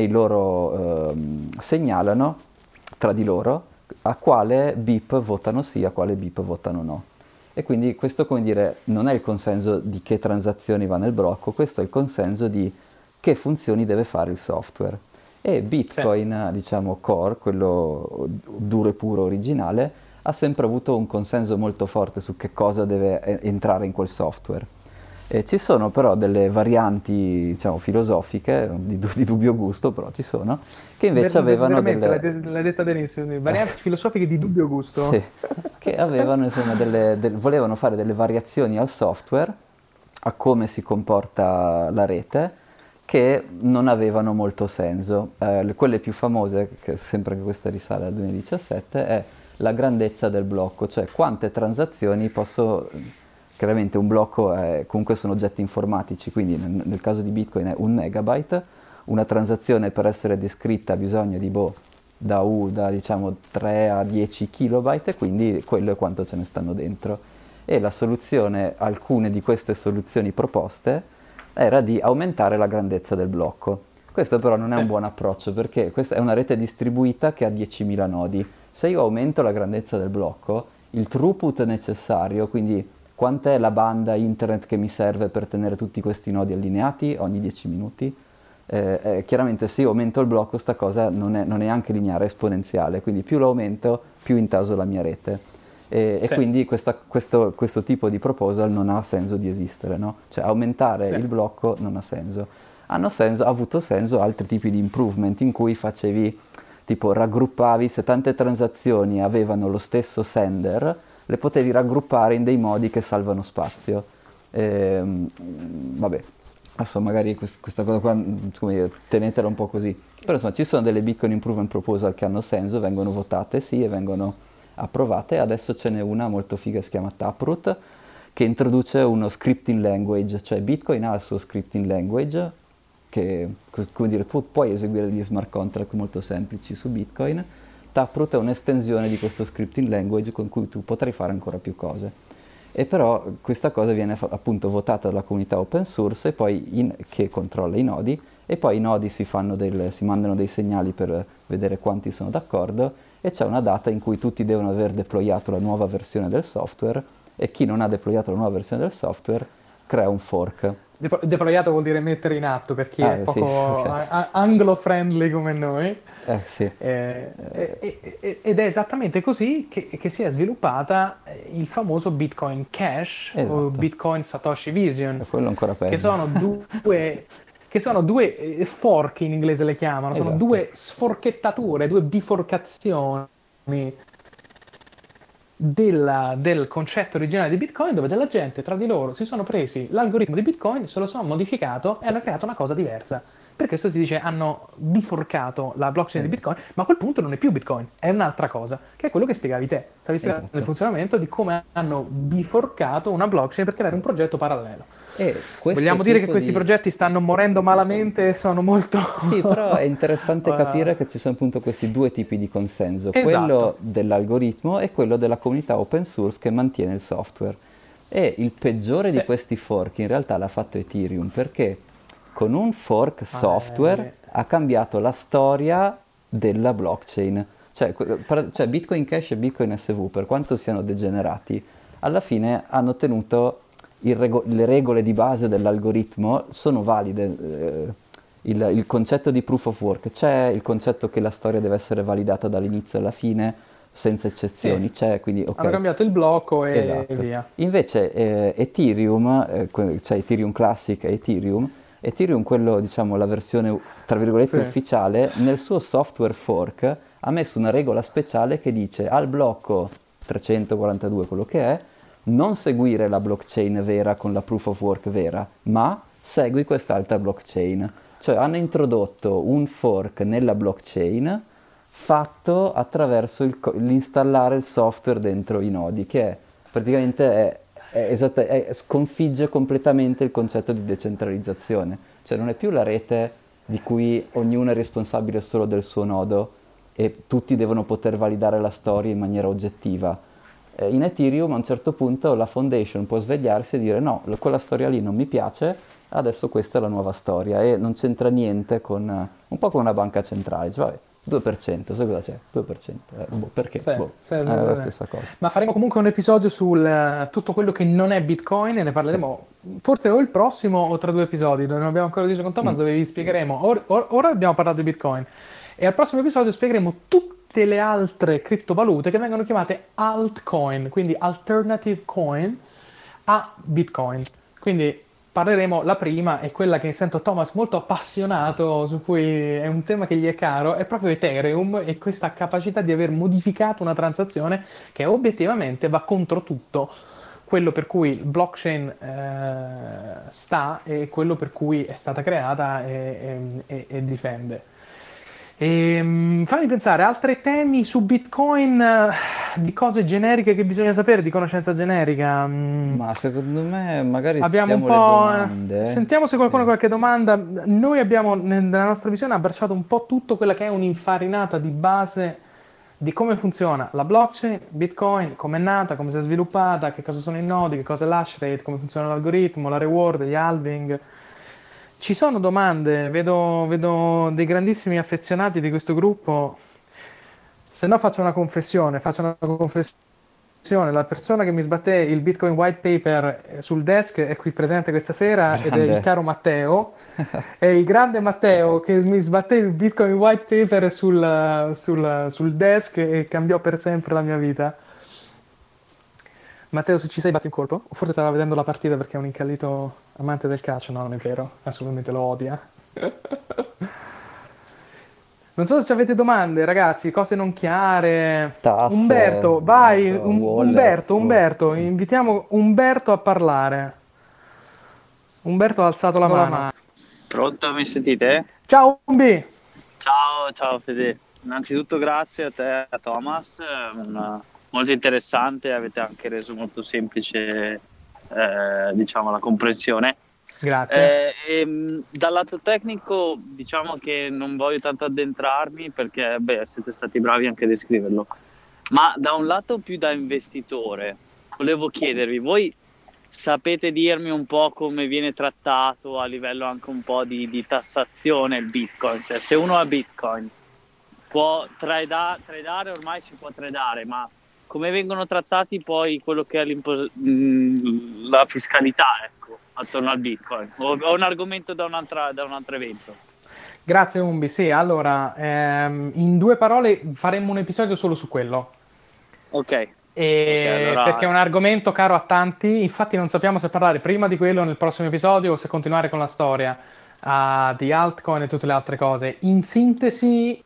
segnalano tra di loro a quale BIP votano sì, a quale BIP votano no. E quindi questo, come dire, non è il consenso di che transazioni va nel blocco, questo è il consenso di che funzioni deve fare il software. E Sì. Bitcoin, diciamo, core, quello duro e puro originale, ha sempre avuto un consenso molto forte su che cosa deve entrare in quel software. Ci sono però delle varianti, diciamo, filosofiche, di dubbio gusto, però ci sono, che invece avevano Veramente delle... l'hai detta benissimo. Varianti filosofiche di dubbio Sì, gusto. che avevano, insomma, volevano fare delle variazioni al software, a come si comporta la rete, che non avevano molto senso. Quelle più famose, che sempre che questa risale al 2017, è la grandezza del blocco, cioè quante transazioni posso... Chiaramente un blocco comunque sono oggetti informatici, quindi nel caso di Bitcoin è 1 megabyte, una transazione per essere descritta ha bisogno di da diciamo 3 a 10 kilobyte, e quindi quello è quanto ce ne stanno dentro. E la soluzione, alcune di queste soluzioni proposte, era di aumentare la grandezza del blocco. Questo però non è Sì. un buon approccio perché questa è una rete distribuita che ha 10.000 nodi. Se io aumento la grandezza del blocco, il throughput necessario, quindi quant'è la banda internet che mi serve per tenere tutti questi nodi allineati ogni 10 minuti, chiaramente se io aumento il blocco sta cosa non è anche lineare, è esponenziale, quindi più lo aumento più intaso la mia rete. E Sì. quindi questo tipo di proposal non ha senso di esistere, no? Cioè aumentare Sì. il blocco non ha senso. Ha avuto senso altri tipi di improvement in cui facevi, tipo raggruppavi, se tante transazioni avevano lo stesso sender, le potevi raggruppare in dei modi che salvano spazio. Vabbè, adesso magari questa cosa qua, come dire, tenetela un po' così. Però insomma ci sono delle Bitcoin Improvement Proposal che hanno senso, vengono votate sì e vengono approvate. Adesso ce n'è una molto figa, si chiama Taproot, che introduce uno scripting language, cioè Bitcoin ha il suo scripting language, che come dire, tu puoi eseguire degli smart contract molto semplici su Bitcoin. Taproot è un'estensione di questo scripting language con cui tu potrai fare ancora più cose. E però questa cosa viene appunto votata dalla comunità open source e poi che controlla i nodi, e poi i nodi si mandano dei segnali per vedere quanti sono d'accordo, e c'è una data in cui tutti devono aver deployato la nuova versione del software, e chi non ha deployato la nuova versione del software crea un fork. Deployato vuol dire mettere in atto per chi è Ah, sì, poco ok. anglo-friendly come noi. Sì. Ed è esattamente così che si è sviluppata il famoso Bitcoin Cash o Esatto. Bitcoin Satoshi Vision, E quello è ancora che peggio. sono due fork in inglese le chiamano, sono Esatto. due sforchettature, due biforcazioni del concetto originale di Bitcoin, dove della gente tra di loro si sono presi l'algoritmo di Bitcoin, se lo sono modificato e Sì, hanno creato una cosa diversa. Per questo si dice hanno biforcato la blockchain di esatto. Bitcoin, ma a quel punto non è più Bitcoin, è un'altra cosa, che è quello che spiegavi te. Stavi spiegando il Esatto. funzionamento di come hanno biforcato una blockchain per creare un progetto parallelo. E questo Vogliamo dire che tipo questi di... progetti stanno morendo malamente e sono molto... Sì, però è interessante capire Eh, che ci sono appunto questi due tipi di consenso, esatto. quello dell'algoritmo e quello della comunità open source che mantiene il software. E il peggiore di Sì. questi fork in realtà l'ha fatto Ethereum, perché con un fork software Eh, ha cambiato la storia della blockchain. Cioè Bitcoin Cash e Bitcoin SV, per quanto siano degenerati, alla fine hanno tenuto le regole di base dell'algoritmo sono valide. Il concetto di proof of work c'è, il concetto che la storia deve essere validata dall'inizio alla fine, senza sì, eccezioni, c'è, quindi hanno ok. cambiato il blocco e Esatto. via. Invece Ethereum, cioè Ethereum Classic e Ethereum, quello diciamo la versione tra virgolette Sì. ufficiale, nel suo software fork ha messo una regola speciale che dice al blocco 342, quello che è, non seguire la blockchain vera con la proof of work vera, ma segui quest'altra blockchain. Cioè hanno introdotto un fork nella blockchain fatto attraverso l'installare il software dentro i nodi, che è, praticamente sconfigge completamente il concetto di decentralizzazione. Cioè non è più la rete di cui ognuno è responsabile solo del suo nodo e tutti devono poter validare la storia in maniera oggettiva. In Ethereum a un certo punto la foundation può svegliarsi e dire no, quella storia lì non mi piace, adesso questa è la nuova storia e non c'entra niente con un po' come una banca centrale, cioè vabbè, 2%, sai cosa c'è? 2%, perché? Sì, Boh, sì, sì, è la sì, sì. stessa cosa. Ma faremo comunque un episodio sul tutto quello che non è Bitcoin e ne Sì. parleremo forse o il prossimo o tra due episodi, dove non abbiamo ancora deciso con Thomas, Mm. dove vi spiegheremo. Ora abbiamo parlato di Bitcoin e al prossimo episodio spiegheremo tutte le altre criptovalute che vengono chiamate altcoin, quindi alternative coin a Bitcoin. Quindi parleremo, la prima è quella che sento Thomas molto appassionato, su cui è un tema che gli è caro, è proprio Ethereum e questa capacità di aver modificato una transazione che obiettivamente va contro tutto quello per cui il blockchain sta e quello per cui è stata creata e difende. Fammi pensare, altri temi su Bitcoin, di cose generiche che bisogna sapere, di conoscenza generica. Ma secondo me magari Abbiamo un stiamo le po'. domande. Sentiamo se qualcuno ha Sì. qualche domanda. Noi abbiamo, nella nostra visione, abbracciato un po' tutto quella che è un'infarinata di base di come funziona la blockchain, Bitcoin, come è nata, come si è sviluppata, che cosa sono i nodi, che cosa è l'hash rate, come funziona l'algoritmo, la reward, gli halving. Ci sono domande, vedo dei grandissimi affezionati di questo gruppo. Se no faccio una confessione. La persona che mi sbatté il Bitcoin White Paper sul desk è qui presente questa sera ed è il Grande. caro Matteo. È il grande Matteo che mi sbatté il Bitcoin White Paper sul desk e cambiò per sempre la mia vita. Matteo, se ci sei, batti un colpo. O forse stava vedendo la partita perché è un incallito amante del calcio. No, non è vero. Assolutamente lo odia. Non so se avete domande, ragazzi, cose non chiare. Tasse, Umberto, non lo vai, so, wallet. Boh. Invitiamo Umberto a parlare. Umberto ha alzato la mano. Pronto, mi sentite? Ciao Umbi! Ciao, ciao Fede. Innanzitutto grazie a te, a Thomas, molto interessante, avete anche reso molto semplice, diciamo, la comprensione. Grazie. Dal lato tecnico, diciamo che non voglio tanto addentrarmi perché, beh, siete stati bravi anche a descriverlo. Ma da un lato più da investitore, volevo chiedervi, voi sapete dirmi un po' come viene trattato a livello anche un po' di tassazione il Bitcoin? Cioè, se uno ha Bitcoin può tradare, ormai si può tradare, ma come vengono trattati poi quello che è la fiscalità, ecco, attorno al Bitcoin? Ho un argomento da un altro evento. Grazie Umbi. Sì, allora, in due parole faremmo un episodio solo su quello. Ok, Perché è allora un argomento caro a tanti, infatti non sappiamo se parlare prima di quello nel prossimo episodio o se continuare con la storia di altcoin e tutte le altre cose. In sintesi,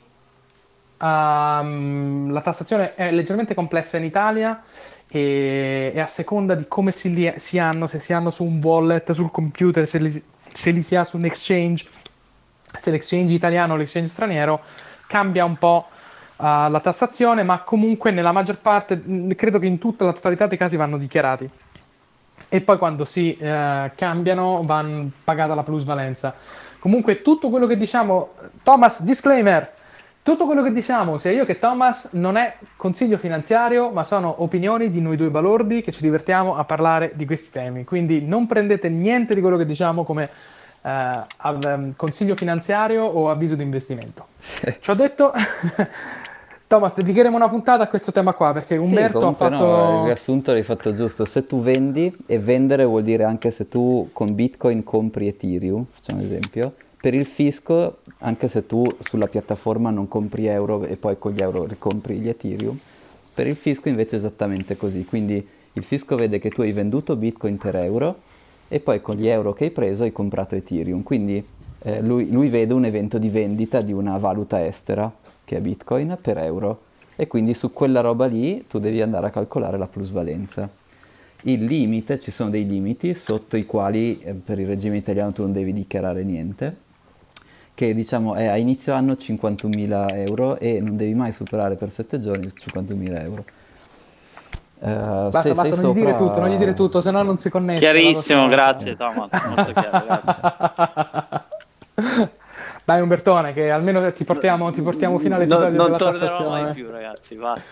la tassazione è leggermente complessa in Italia e a seconda di come si hanno, se si hanno su un wallet, sul computer, se li si ha su un exchange, se l'exchange italiano o l'exchange straniero, cambia un po' la tassazione, ma comunque nella maggior parte, credo che in tutta la totalità dei casi vanno dichiarati. e poi quando si cambiano vanno pagata la plusvalenza. Comunque tutto quello che diciamo, Thomas, disclaimer, tutto quello che diciamo, sia io che Thomas, non è consiglio finanziario, ma sono opinioni di noi due balordi che ci divertiamo a parlare di questi temi. Quindi non prendete niente di quello che diciamo come consiglio finanziario o avviso di investimento. Ci ho detto, Thomas, dedicheremo una puntata a questo tema qua perché Sì, Umberto ha comunque no, il fatto... riassunto l'hai fatto giusto. Se tu vendi, e vendere vuol dire anche se tu con Bitcoin compri Ethereum, facciamo un esempio, per il fisco, anche se tu sulla piattaforma non compri euro e poi con gli euro ricompri gli Ethereum, per il fisco invece è esattamente così. Quindi il fisco vede che tu hai venduto Bitcoin per euro e poi con gli euro che hai preso hai comprato Ethereum. Quindi lui vede un evento di vendita di una valuta estera, che è Bitcoin, per euro. E quindi su quella roba lì tu devi andare a calcolare la plusvalenza. Il limite, ci sono dei limiti sotto i quali per il regime italiano tu non devi dichiarare niente, che diciamo è a inizio anno 51.000 euro e non devi mai superare per 7 giorni 51.000 euro. Basta, Se sei basta, non gli dire tutto, non gli dire sopra... tutto, se no non si connette alla Chiarissimo, prossima grazie Thomas, molto chiaro, grazie. volta. Dai Umbertone, che almeno ti portiamo fino all'episodio Non della tornerò mai tassazione. più, ragazzi, basta.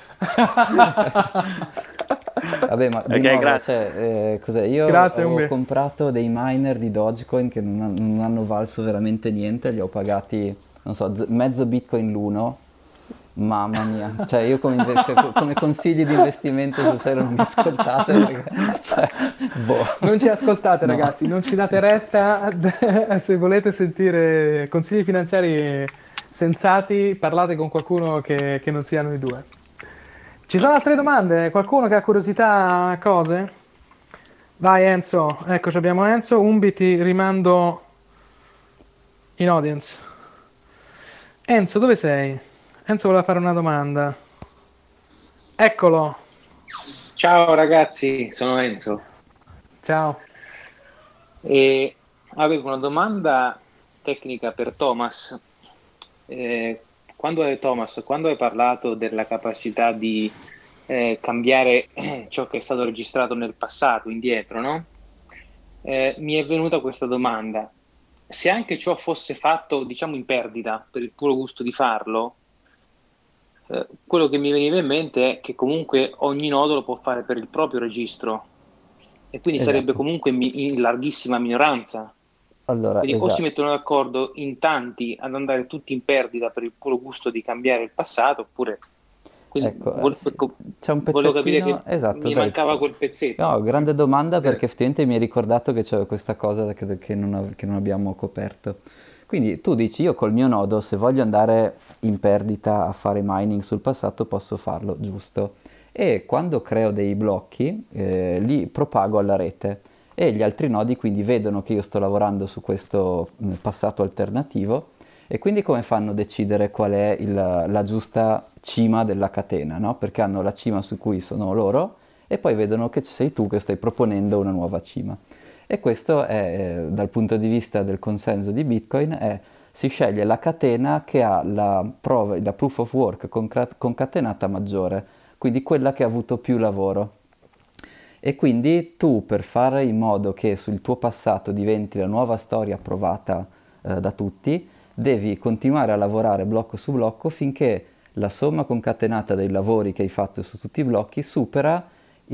Vabbè, ma di Ok, nuovo, grazie. cioè, cos'è? Io Grazie ho Umbe. comprato dei miner di Dogecoin che non hanno valso veramente niente, li ho pagati, non so, mezzo Bitcoin l'uno. Mamma mia, cioè io come consigli di investimento sul serio non mi ascoltate perché, cioè, boh, Non ci ascoltate no. ragazzi, non ci date retta. Se volete sentire consigli finanziari sensati, parlate con qualcuno che non sia noi due. Ci sono altre domande? Qualcuno che ha curiosità a cose? Vai Enzo, eccoci abbiamo Enzo, Umbi ti rimando in audience. Enzo, dove sei? Enzo voleva fare una domanda. Eccolo, Ciao ragazzi, sono Enzo ciao. e avevo una domanda tecnica per Thomas. Quando hai parlato della capacità di cambiare ciò che è stato registrato nel passato, indietro, no? Mi è venuta questa domanda. Se anche ciò fosse fatto, diciamo, in perdita per il puro gusto di farlo, quello che mi veniva in mente è che comunque ogni nodo lo può fare per il proprio registro e quindi sarebbe Esatto. comunque in larghissima minoranza. Allora, Quindi o si esatto. mettono d'accordo in tanti ad andare tutti in perdita per il puro gusto di cambiare il passato, oppure... Quindi Ecco, sì, c'è un volevo capire che pezzettino, esatto, mi dai. mancava quel pezzetto. No, grande domanda perché Eh, effettivamente mi hai ricordato che c'è questa cosa che non abbiamo coperto. Quindi tu dici, io col mio nodo, se voglio andare in perdita a fare mining sul passato, posso farlo, giusto? E quando creo dei blocchi, li propago alla rete e gli altri nodi quindi vedono che io sto lavorando su questo passato alternativo e quindi come fanno a decidere qual è la giusta cima della catena, no? Perché hanno la cima su cui sono loro e poi vedono che sei tu che stai proponendo una nuova cima. E questo è, dal punto di vista del consenso di Bitcoin, si sceglie la catena che ha la proof of work concatenata maggiore, quindi quella che ha avuto più lavoro. E quindi tu per fare in modo che sul tuo passato diventi la nuova storia provata da tutti, devi continuare a lavorare blocco su blocco finché la somma concatenata dei lavori che hai fatto su tutti i blocchi supera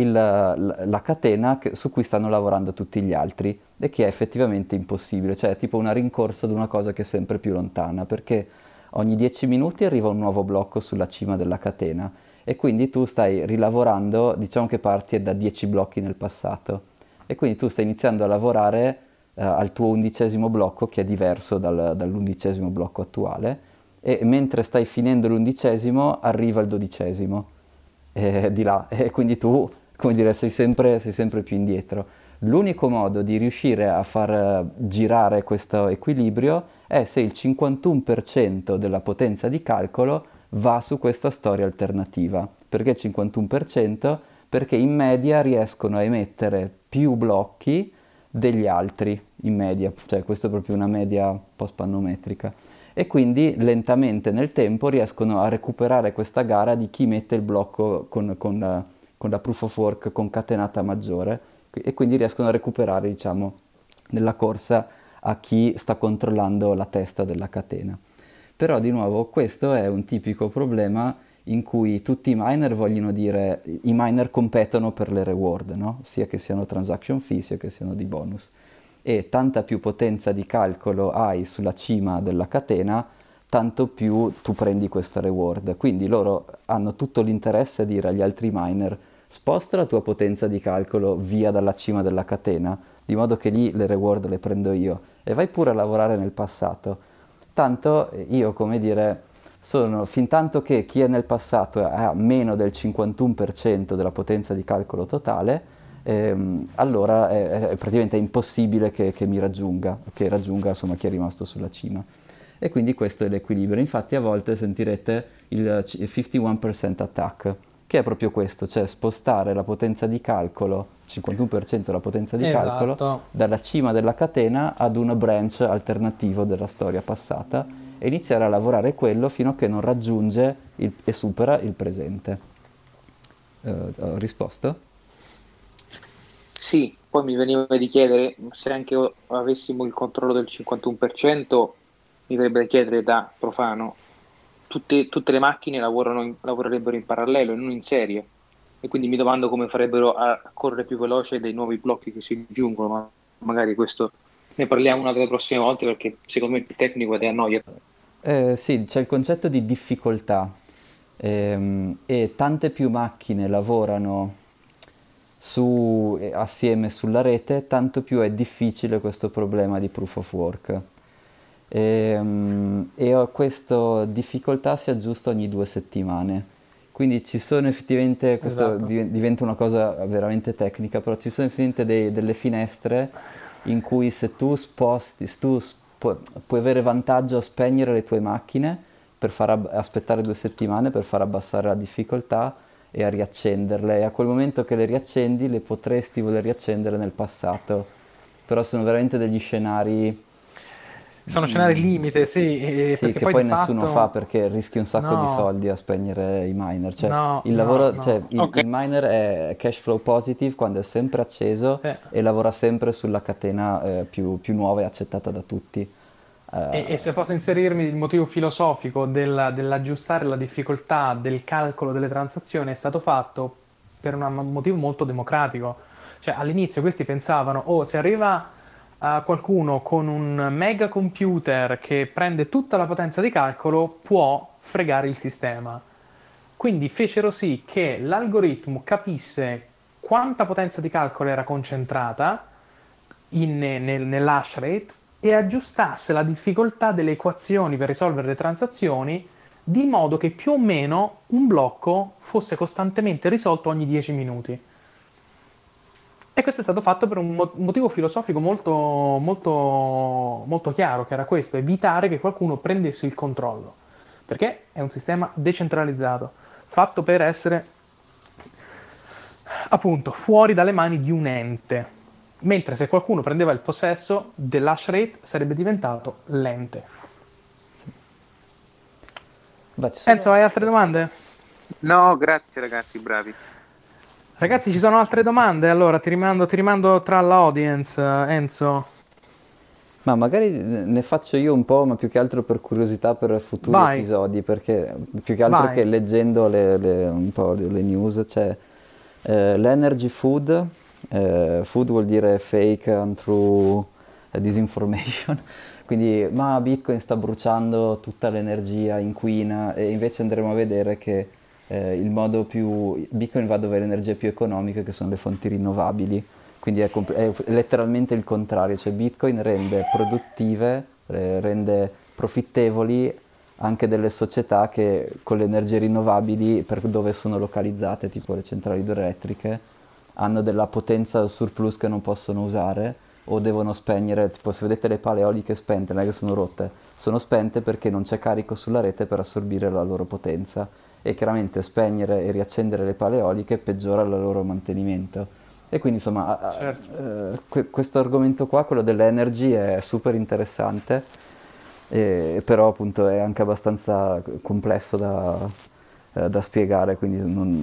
la catena su cui stanno lavorando tutti gli altri e che è effettivamente impossibile, cioè è tipo una rincorsa ad una cosa che è sempre più lontana, perché ogni 10 minuti arriva un nuovo blocco sulla cima della catena e quindi tu stai rilavorando, diciamo che parti da 10 blocchi nel passato e quindi tu stai iniziando a lavorare al tuo 11° blocco che è diverso dall'11° blocco attuale e mentre stai finendo l'11° arriva il 12° di là e quindi tu, come dire, sei sempre più indietro. L'unico modo di riuscire a far girare questo equilibrio è se il 51% della potenza di calcolo va su questa storia alternativa. Perché il 51%? Perché in media riescono a emettere più blocchi degli altri, in media, cioè questa è proprio una media post-pannometrica. E quindi lentamente nel tempo riescono a recuperare questa gara di chi mette il blocco con la proof of work concatenata maggiore, e quindi riescono a recuperare, diciamo, nella corsa a chi sta controllando la testa della catena. Però di nuovo questo è un tipico problema in cui tutti i miner vogliono dire, i miner competono per le reward, no? Sia che siano transaction fee sia che siano di bonus. E tanta più potenza di calcolo hai sulla cima della catena, tanto più tu prendi questa reward. Quindi loro hanno tutto l'interesse a dire agli altri miner: sposta la tua potenza di calcolo via dalla cima della catena, di modo che lì le reward le prendo io, e vai pure a lavorare nel passato. Tanto io, come dire, sono fin tanto che chi è nel passato ha meno del 51% della potenza di calcolo totale, allora è praticamente impossibile che mi raggiunga, che raggiunga insomma chi è rimasto sulla cima. E quindi questo è l'equilibrio. Infatti a volte sentirete il 51% attack, che è proprio questo, cioè spostare la potenza di calcolo, 51% della potenza di calcolo, Esatto. dalla cima della catena ad un branch alternativo della storia passata e iniziare a lavorare quello fino a che non raggiunge e supera il presente. Ho risposto? Sì, poi mi veniva di chiedere se anche avessimo il controllo del 51%, mi verrebbe da chiedere da profano, tutte le macchine lavorerebbero in parallelo e non in serie, e quindi mi domando come farebbero a correre più veloce dei nuovi blocchi che si aggiungono, ma magari questo ne parliamo una delle prossime volte perché secondo me è più tecnico ed è a noia. Sì, c'è il concetto di difficoltà, e tante più macchine lavorano assieme sulla rete, tanto più è difficile questo problema di proof of work. Questa difficoltà si aggiusta ogni 2 settimane. Quindi ci sono effettivamente, questo Esatto. diventa una cosa veramente tecnica, però ci sono effettivamente delle finestre in cui se tu sposti, puoi avere vantaggio a spegnere le tue macchine per far aspettare 2 settimane per far abbassare la difficoltà e a riaccenderle. E a quel momento che le riaccendi, le potresti voler riaccendere nel passato. Però sono veramente degli scenari, Sono scenari limite, sì, sì, perché che poi di poi nessuno fa fatto... perché rischi un sacco di No, soldi a spegnere i miner. Cioè, no, il no, lavoro, cioè, no. Ok, il miner è cash flow positive quando è sempre acceso Sì. e lavora sempre sulla catena più nuova e accettata da tutti. E se posso inserirmi il motivo filosofico dell'aggiustare la difficoltà del calcolo delle transazioni è stato fatto per un motivo molto democratico. Cioè, all'inizio questi pensavano, oh, se arriva qualcuno con un mega computer che prende tutta la potenza di calcolo, può fregare il sistema. Quindi fecero sì che l'algoritmo capisse quanta potenza di calcolo era concentrata nell'hash rate e aggiustasse la difficoltà delle equazioni per risolvere le transazioni di modo che più o meno un blocco fosse costantemente risolto ogni 10 minuti. E questo è stato fatto per un motivo filosofico molto, molto, molto chiaro, che era questo: evitare che qualcuno prendesse il controllo. Perché è un sistema decentralizzato, fatto per essere appunto fuori dalle mani di un ente. Mentre se qualcuno prendeva il possesso dell'hash rate sarebbe diventato l'ente. Beh, ci Enzo, sono... hai altre domande? no, grazie ragazzi, bravi. Ragazzi, ci sono altre domande? Allora ti rimando tra l'audience, Enzo. Ma magari ne faccio io un po', ma più che altro per curiosità per futuri Vai, episodi, perché più che altro che vai. leggendo un po' le news, c'è l'energy food, food vuol dire fake, untrue, disinformation, quindi ma Bitcoin sta bruciando tutta l'energia, inquina, e invece andremo a vedere che Bitcoin va dove l'energia è più economica, che sono le fonti rinnovabili. Quindi è letteralmente il contrario, cioè Bitcoin rende produttive, rende profittevoli anche delle società che con le energie rinnovabili, per dove sono localizzate, tipo le centrali idroelettriche, hanno della potenza surplus che non possono usare o devono spegnere, tipo se vedete le pale eoliche spente, non è che sono spente perché non c'è carico sulla rete per assorbire la loro potenza, e chiaramente spegnere e riaccendere le pale eoliche peggiora il loro mantenimento. E quindi insomma Certo. questo argomento qua, quello dell'energy, è super interessante, però appunto è anche abbastanza complesso da spiegare, quindi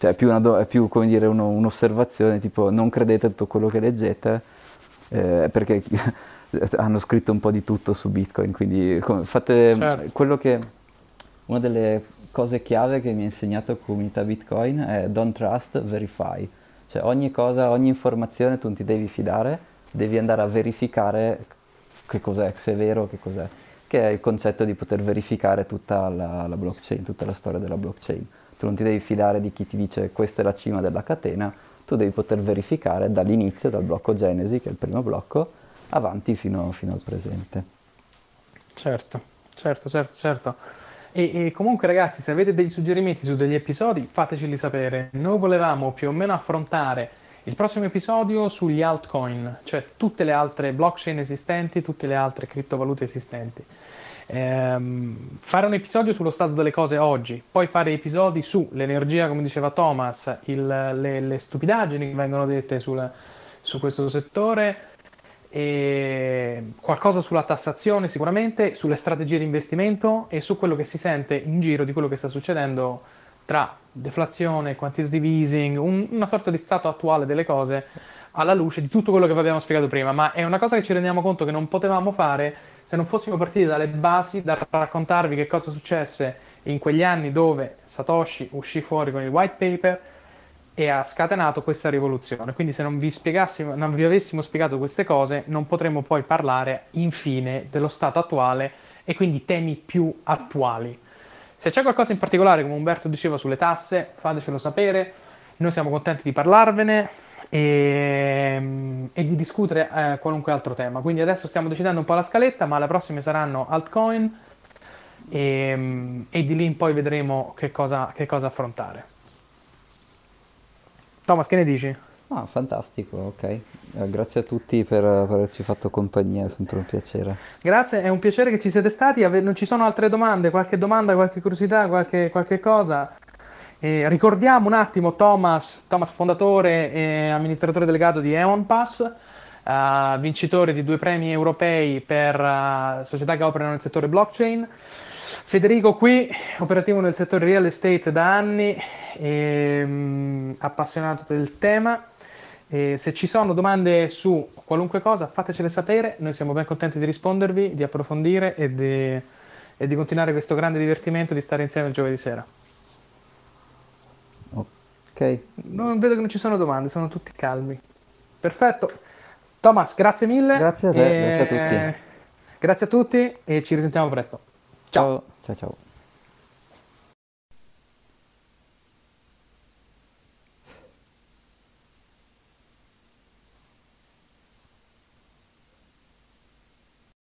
Cioè è più come dire un'osservazione, tipo non credete a tutto quello che leggete, perché hanno scritto un po' di tutto su Bitcoin, quindi fate Certo. quello che... Una delle cose chiave che mi ha insegnato la comunità Bitcoin è don't trust, verify. Cioè ogni cosa, ogni informazione tu non ti devi fidare, devi andare a verificare che cos'è, se è vero, che cos'è. Che è il concetto di poter verificare tutta la blockchain, tutta la storia della blockchain. Tu non ti devi fidare di chi ti dice questa è la cima della catena, tu devi poter verificare dall'inizio, dal blocco Genesi, che è il primo blocco, avanti fino al presente. Certo, certo, certo, certo. E comunque ragazzi, se avete dei suggerimenti su degli episodi, fateceli sapere. Noi volevamo più o meno affrontare il prossimo episodio sugli altcoin, cioè tutte le altre blockchain esistenti, tutte le altre criptovalute esistenti. Fare un episodio sullo stato delle cose oggi, poi fare episodi sull'energia, come diceva Thomas, le stupidaggini che vengono dette su questo settore, e qualcosa sulla tassazione sicuramente, sulle strategie di investimento e su quello che si sente in giro di quello che sta succedendo tra deflazione, quantitative easing, una sorta di stato attuale delle cose alla luce di tutto quello che vi abbiamo spiegato prima, ma è una cosa che ci rendiamo conto che non potevamo fare se non fossimo partiti dalle basi, da raccontarvi che cosa successe in quegli anni dove Satoshi uscì fuori con il white paper e ha scatenato questa rivoluzione. Quindi se non vi spiegassimo, non vi avessimo spiegato queste cose, non potremmo poi parlare infine dello stato attuale e quindi temi più attuali. Se c'è qualcosa in particolare, come Umberto diceva, sulle tasse, fatecelo sapere. Noi siamo contenti di parlarvene e di discutere qualunque altro tema. Quindi adesso stiamo decidendo un po' la scaletta, ma le prossime saranno altcoin e di lì in poi vedremo che cosa affrontare. Thomas, che ne dici? Ah, fantastico, ok. Grazie a tutti per averci fatto compagnia, è sempre un piacere. Grazie, è un piacere che ci siete stati. Non ci sono altre domande? Qualche domanda, qualche curiosità, qualche cosa? Ricordiamo un attimo Thomas fondatore e amministratore delegato di Eon Pass, vincitore di 2 premi europei per società che operano nel settore blockchain. Federico qui, operativo nel settore real estate da anni, appassionato del tema. Se ci sono domande su qualunque cosa, fatecele sapere, noi siamo ben contenti di rispondervi, di approfondire e di continuare questo grande divertimento di stare insieme il giovedì sera. Ok, Non vedo che non ci sono domande, sono tutti calmi. Perfetto. Thomas, grazie mille. grazie a te, grazie a tutti. Grazie a tutti e ci risentiamo presto. Ciao. Ciao, ciao ciao.